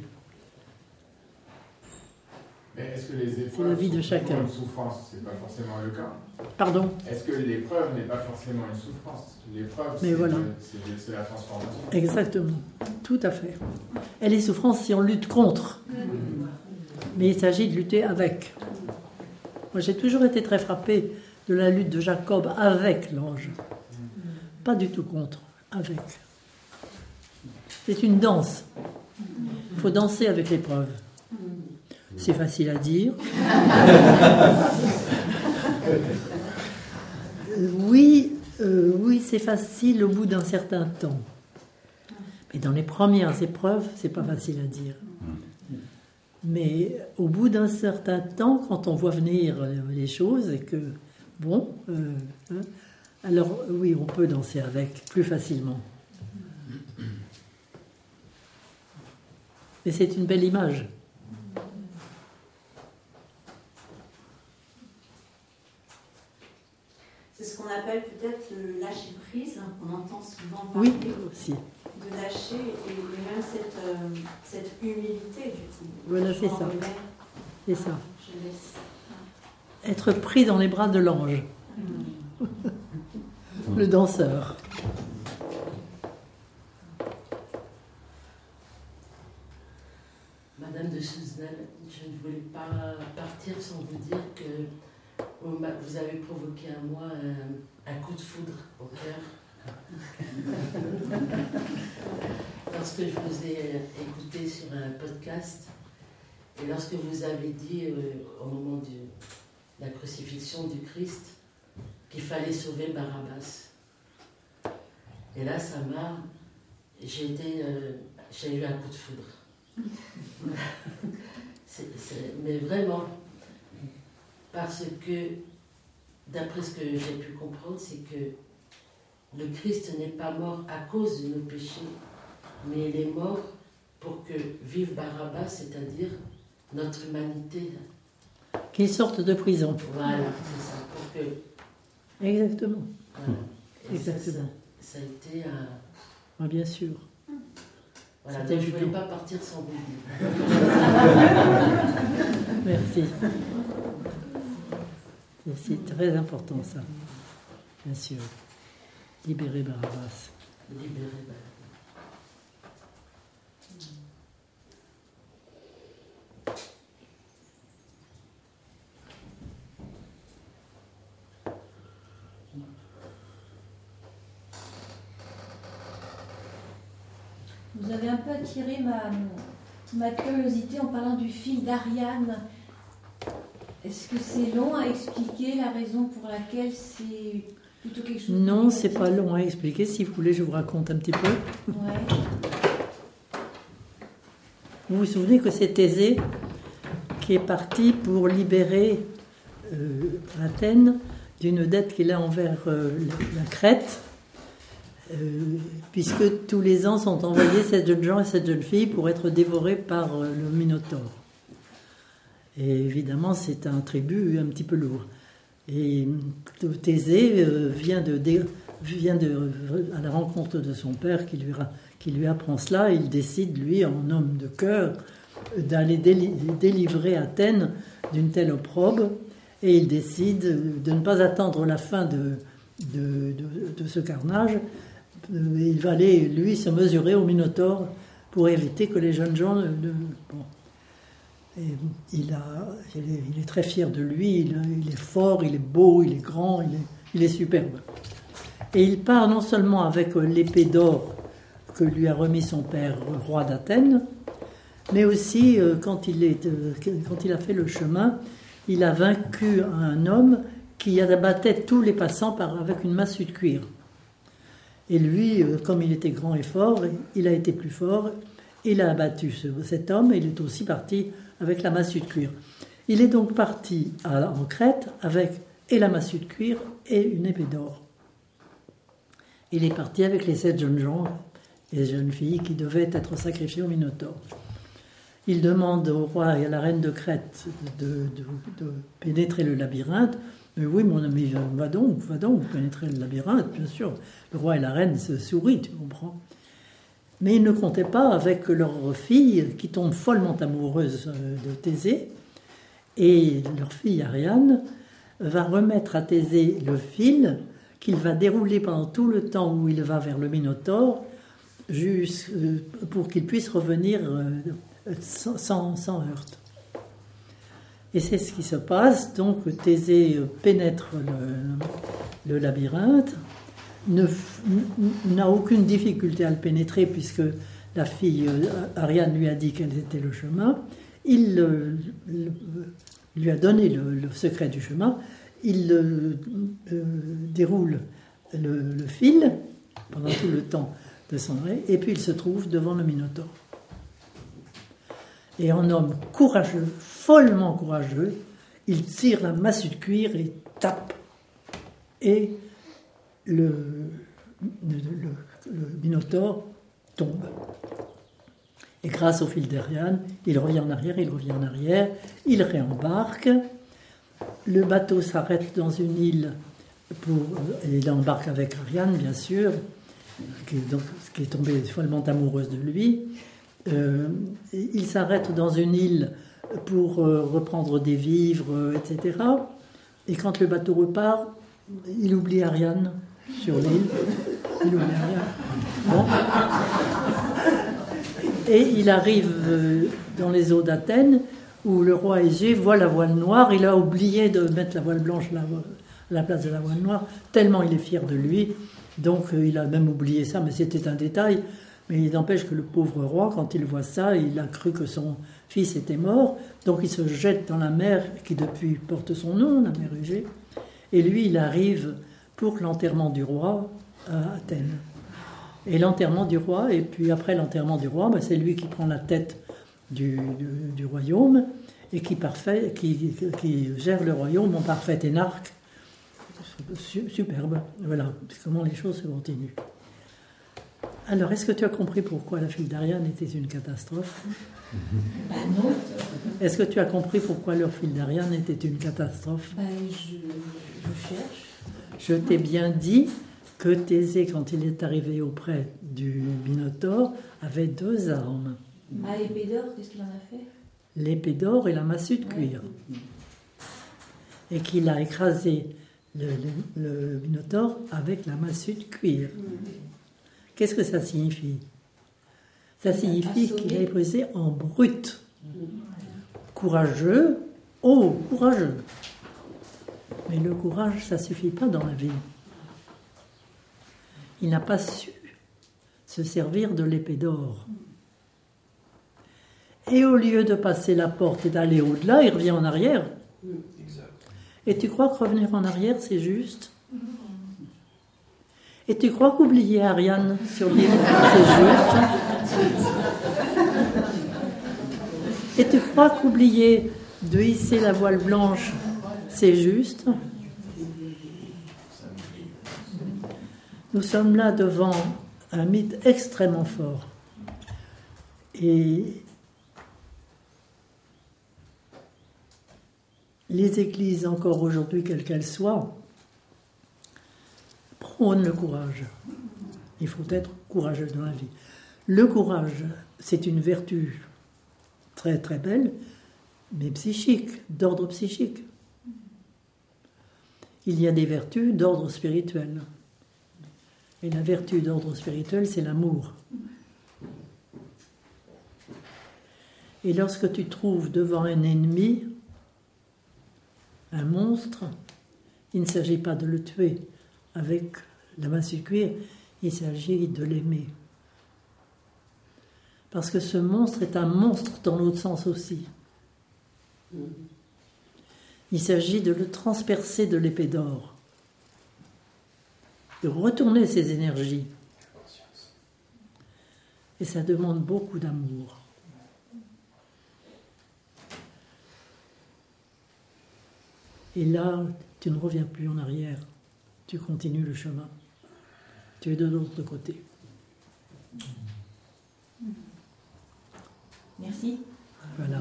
Mais est-ce que les épreuves c'est la vie de sont chacun. une souffrance? C'est pas forcément le cas. Pardon? Est-ce que l'épreuve n'est pas forcément une souffrance? L'épreuve, Mais c'est, voilà. de- c'est, de- c'est la transformation. Exactement. Tout à fait. Elle est souffrance si on lutte contre. Mais il s'agit de lutter avec. Moi, j'ai toujours été très frappée de la lutte de Jacob avec l'ange. Pas du tout contre, avec. C'est une danse. Il faut danser avec l'épreuve. C'est facile à dire. Euh, oui, euh, oui, c'est facile au bout d'un certain temps. Mais dans les premières épreuves, c'est pas facile à dire. Mais au bout d'un certain temps, quand on voit venir les choses et que, bon, euh, hein, alors oui, on peut danser avec plus facilement. Mais c'est une belle image. C'est ce qu'on appelle peut-être le lâcher prise, hein, qu'on entend souvent Oui, parler, aussi. de lâcher, et, et même cette, euh, cette humilité du coup. Voilà, Je c'est m'en ça. remets, C'est ça. Je laisse. Être pris dans les bras de l'ange, le danseur. Madame de Souzenel, je ne voulais pas partir sans vous dire que vous m'a- vous avez provoqué à moi un, un coup de foudre au cœur. Lorsque je vous ai écouté sur un podcast, et lorsque vous avez dit euh, au moment de la crucifixion du Christ qu'il fallait sauver Barabbas. Et là, ça m'a... J'ai été... euh, j'ai eu un coup de foudre. C'est- c'est- mais vraiment, parce que, d'après ce que j'ai pu comprendre, c'est que le Christ n'est pas mort à cause de nos péchés, mais il est mort pour que vive Barabbas, c'est-à-dire notre humanité. Qu'ils sortent de prison. Voilà, c'est ça, pour que... Exactement. Voilà. Et ça, Exactement. ça, ça a été un... Ah, bien sûr. Voilà, C'était donc je ne voulais évident. pas partir sans vous le dire. Merci. C'est- C'est très important ça. Bien sûr. Libérer Barabbas. Libéré, ben, Vous avez un peu attiré ma, ma curiosité en parlant du fil d'Ariane. Est-ce que c'est long à expliquer la raison pour laquelle c'est plutôt quelque chose de Non, c'est négatif pas long à expliquer. Si vous voulez, je vous raconte un petit peu. Ouais. Vous vous souvenez que c'est Thésée qui est parti pour libérer euh, Athènes d'une dette qu'il a envers euh, la, la Crète, euh, puisque tous les ans sont envoyés cette jeune gens et cette jeune fille pour être dévorés par euh, le Minotaure. Et évidemment, c'est un tribut un petit peu lourd. Et Thésée euh, vient, de, vient de, à la rencontre de son père qui lui, qui lui apprend cela. Il décide, lui, en homme de cœur, d'aller délivrer Athènes d'une telle opprobre. Et il décide de ne pas attendre la fin de, de, de, de ce carnage. Il va aller, lui, se mesurer au Minotaure pour éviter que les jeunes gens... Ne, bon. Et il, a, il, est, il est très fier de lui, il, il est fort, il est beau, il est grand, il est, il est superbe. Et il part non seulement avec l'épée d'or que lui a remis son père, roi d'Athènes, mais aussi quand il, est, quand il a fait le chemin, il a vaincu un homme qui abattait tous les passants par, avec une massue de cuir. Et lui, comme il était grand et fort, il a été plus fort, il a abattu ce, cet homme, et il est aussi parti avec la massue de cuir. Il est donc parti à, en Crète avec et la massue de cuir et une épée d'or. Il est parti avec les sept jeunes gens et les jeunes filles qui devaient être sacrifiées au Minotaure. Il demande au roi et à la reine de Crète de, de, de pénétrer le labyrinthe. Mais oui, mon ami, va donc, va donc pénétrer le labyrinthe, bien sûr. Le roi et la reine se sourient, tu comprends. Mais ils ne comptaient pas avec leur fille qui tombe follement amoureuse de Thésée. Et leur fille Ariane va remettre à Thésée le fil qu'il va dérouler pendant tout le temps où il va vers le Minotaure, juste pour qu'il puisse revenir sans, sans, sans heurte. Et c'est ce qui se passe. Donc Thésée pénètre le, le labyrinthe, ne, n'a aucune difficulté à le pénétrer puisque la fille Ariane lui a dit quel était le chemin. Il le, le, lui a donné le, le secret du chemin. Il le, euh, déroule le, le fil pendant tout le temps de son rêve, et puis il se trouve devant le Minotaure. Et en homme courageux, follement courageux, il tire la massue de cuir et tape. Et le, le, le, le Minotaure tombe. Et grâce au fil d'Ariane, il revient en arrière, il revient en arrière, il réembarque. Le bateau s'arrête dans une île, pour, et il embarque avec Ariane, bien sûr, qui est, donc, qui est tombée follement amoureuse de lui. Euh, il s'arrête dans une île pour euh, reprendre des vivres, euh, et cetera. Et quand le bateau repart, il oublie Ariane sur l'île. Il oublie Ariane. Bon. Et il arrive euh, dans les eaux d'Athènes, où le roi Égée voit la voile noire. Il a oublié de mettre la voile blanche à la place de la voile noire, tellement il est fier de lui. Donc euh, il a même oublié ça, mais c'était un détail. Mais il n'empêche que le pauvre roi, quand il voit ça, il a cru que son fils était mort. Donc il se jette dans la mer qui depuis porte son nom, la mer Égée. Et lui, il arrive pour l'enterrement du roi à Athènes. Et l'enterrement du roi, et puis après l'enterrement du roi, ben c'est lui qui prend la tête du, du, du royaume et qui, parfait, qui, qui gère le royaume en parfait énarque. Superbe. Voilà, comment les choses se continuent. Alors, est-ce que tu as compris pourquoi la fille d'Ariane était une catastrophe? Bah non. Est-ce que tu as compris pourquoi leur fille d'Ariane était une catastrophe? Bah, je, je cherche. Je t'ai bien dit que Thésée, quand il est arrivé auprès du Minotaure, avait deux armes. Ah, l'épée d'or, qu'est-ce qu'il en a fait? L'épée d'or et la massue de cuir. Ouais. Et qu'il a écrasé le, le, le Minotaure avec la massue de cuir. Qu'est-ce que ça signifie? Ça signifie qu'il est posé en brut. Courageux, oh, courageux. Mais le courage, ça ne suffit pas dans la vie. Il n'a pas su se servir de l'épée d'or. Et au lieu de passer la porte et d'aller au-delà, il revient en arrière. Exact. Et tu crois que revenir en arrière, c'est juste? Et tu crois qu'oublier Ariane sur l'île, c'est juste? Et tu crois qu'oublier de hisser la voile blanche, c'est juste? Nous sommes là devant un mythe extrêmement fort. Et les églises, encore aujourd'hui, quelles qu'elles soient, prônent le courage. Il faut être courageux dans la vie. Le courage, c'est une vertu très très belle, mais psychique, d'ordre psychique. Il y a des vertus d'ordre spirituel. Et la vertu d'ordre spirituel, c'est l'amour. Et lorsque tu trouves devant un ennemi, un monstre, il ne s'agit pas de le tuer avec la masse de cuir, il s'agit de l'aimer. Parce que ce monstre est un monstre dans l'autre sens aussi. Il s'agit de le transpercer de l'épée d'or, de retourner ses énergies. Et ça demande beaucoup d'amour. Et là, tu ne reviens plus en arrière. Tu continues le chemin. Tu es de l'autre côté. Merci. Voilà.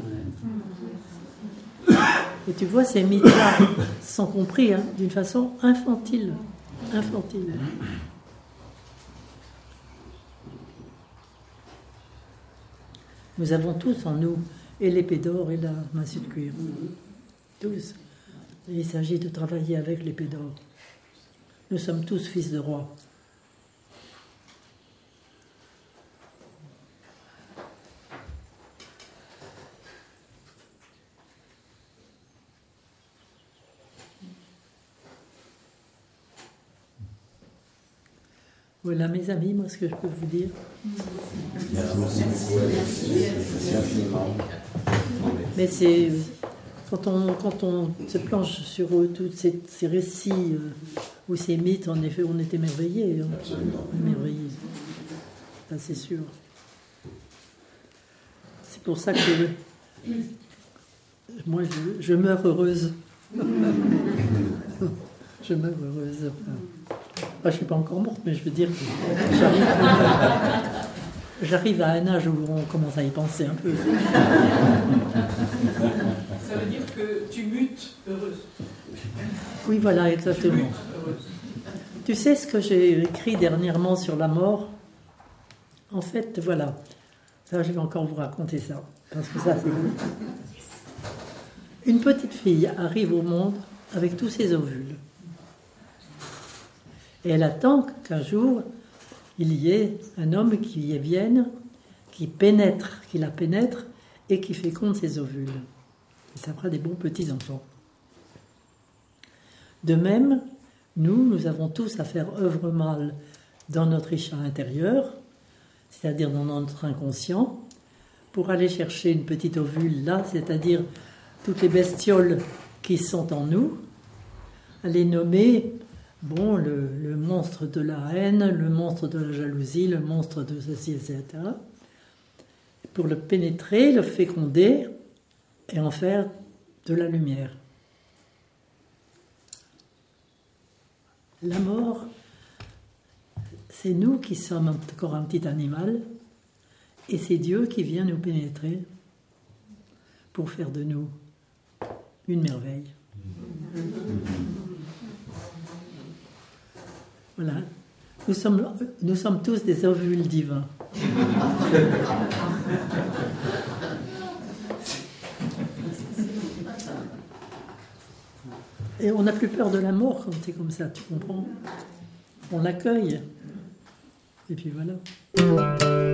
Et tu vois, ces mythes-là sont compris hein, d'une façon infantile. Infantile. Nous avons tous en nous et l'épée d'or et la massue de cuir. Tous. Et il s'agit de travailler avec l'épée d'or. Nous sommes tous fils de roi. Voilà mes amis, moi ce que je peux vous dire. Merci beaucoup. Merci infiniment. Mais c'est quand on, quand on se planche sur euh, tous ces, ces récits euh, ou ces mythes, en effet, on est émerveillé. Hein. Absolument. Émerveillé. Ça, c'est sûr. C'est pour ça que moi, je, je meurs heureuse. Je meurs heureuse. Moi, je ne suis pas encore morte, mais je veux dire que j'arrive, j'arrive à un âge où on commence à y penser un peu. Ça veut dire que tu mutes heureuse. Oui, voilà, Tu exactement. mutes heureuse. Tu sais ce que j'ai écrit dernièrement sur la mort? En fait, voilà. Ça, je vais encore vous raconter ça. Parce que ça, c'est bon. Une petite fille arrive au monde avec tous ses ovules. Et elle attend qu'un jour, il y ait un homme qui y vienne, qui pénètre, qui la pénètre et qui féconde ses ovules. Et ça fera des bons petits-enfants. De même, nous, nous avons tous à faire œuvre mâle dans notre Isha intérieur, c'est-à-dire dans notre inconscient, pour aller chercher une petite ovule là, c'est-à-dire toutes les bestioles qui sont en nous, à les nommer, bon, le, le monstre de la haine, le monstre de la jalousie, le monstre de ceci, et cetera, pour le pénétrer, le féconder et en faire de la lumière. La mort, c'est nous qui sommes encore un petit animal et c'est Dieu qui vient nous pénétrer pour faire de nous une merveille. Voilà. Nous sommes, nous sommes tous des ovules divins. Et on n'a plus peur de la mort quand c'est comme ça, tu comprends? On l'accueille. Et puis voilà.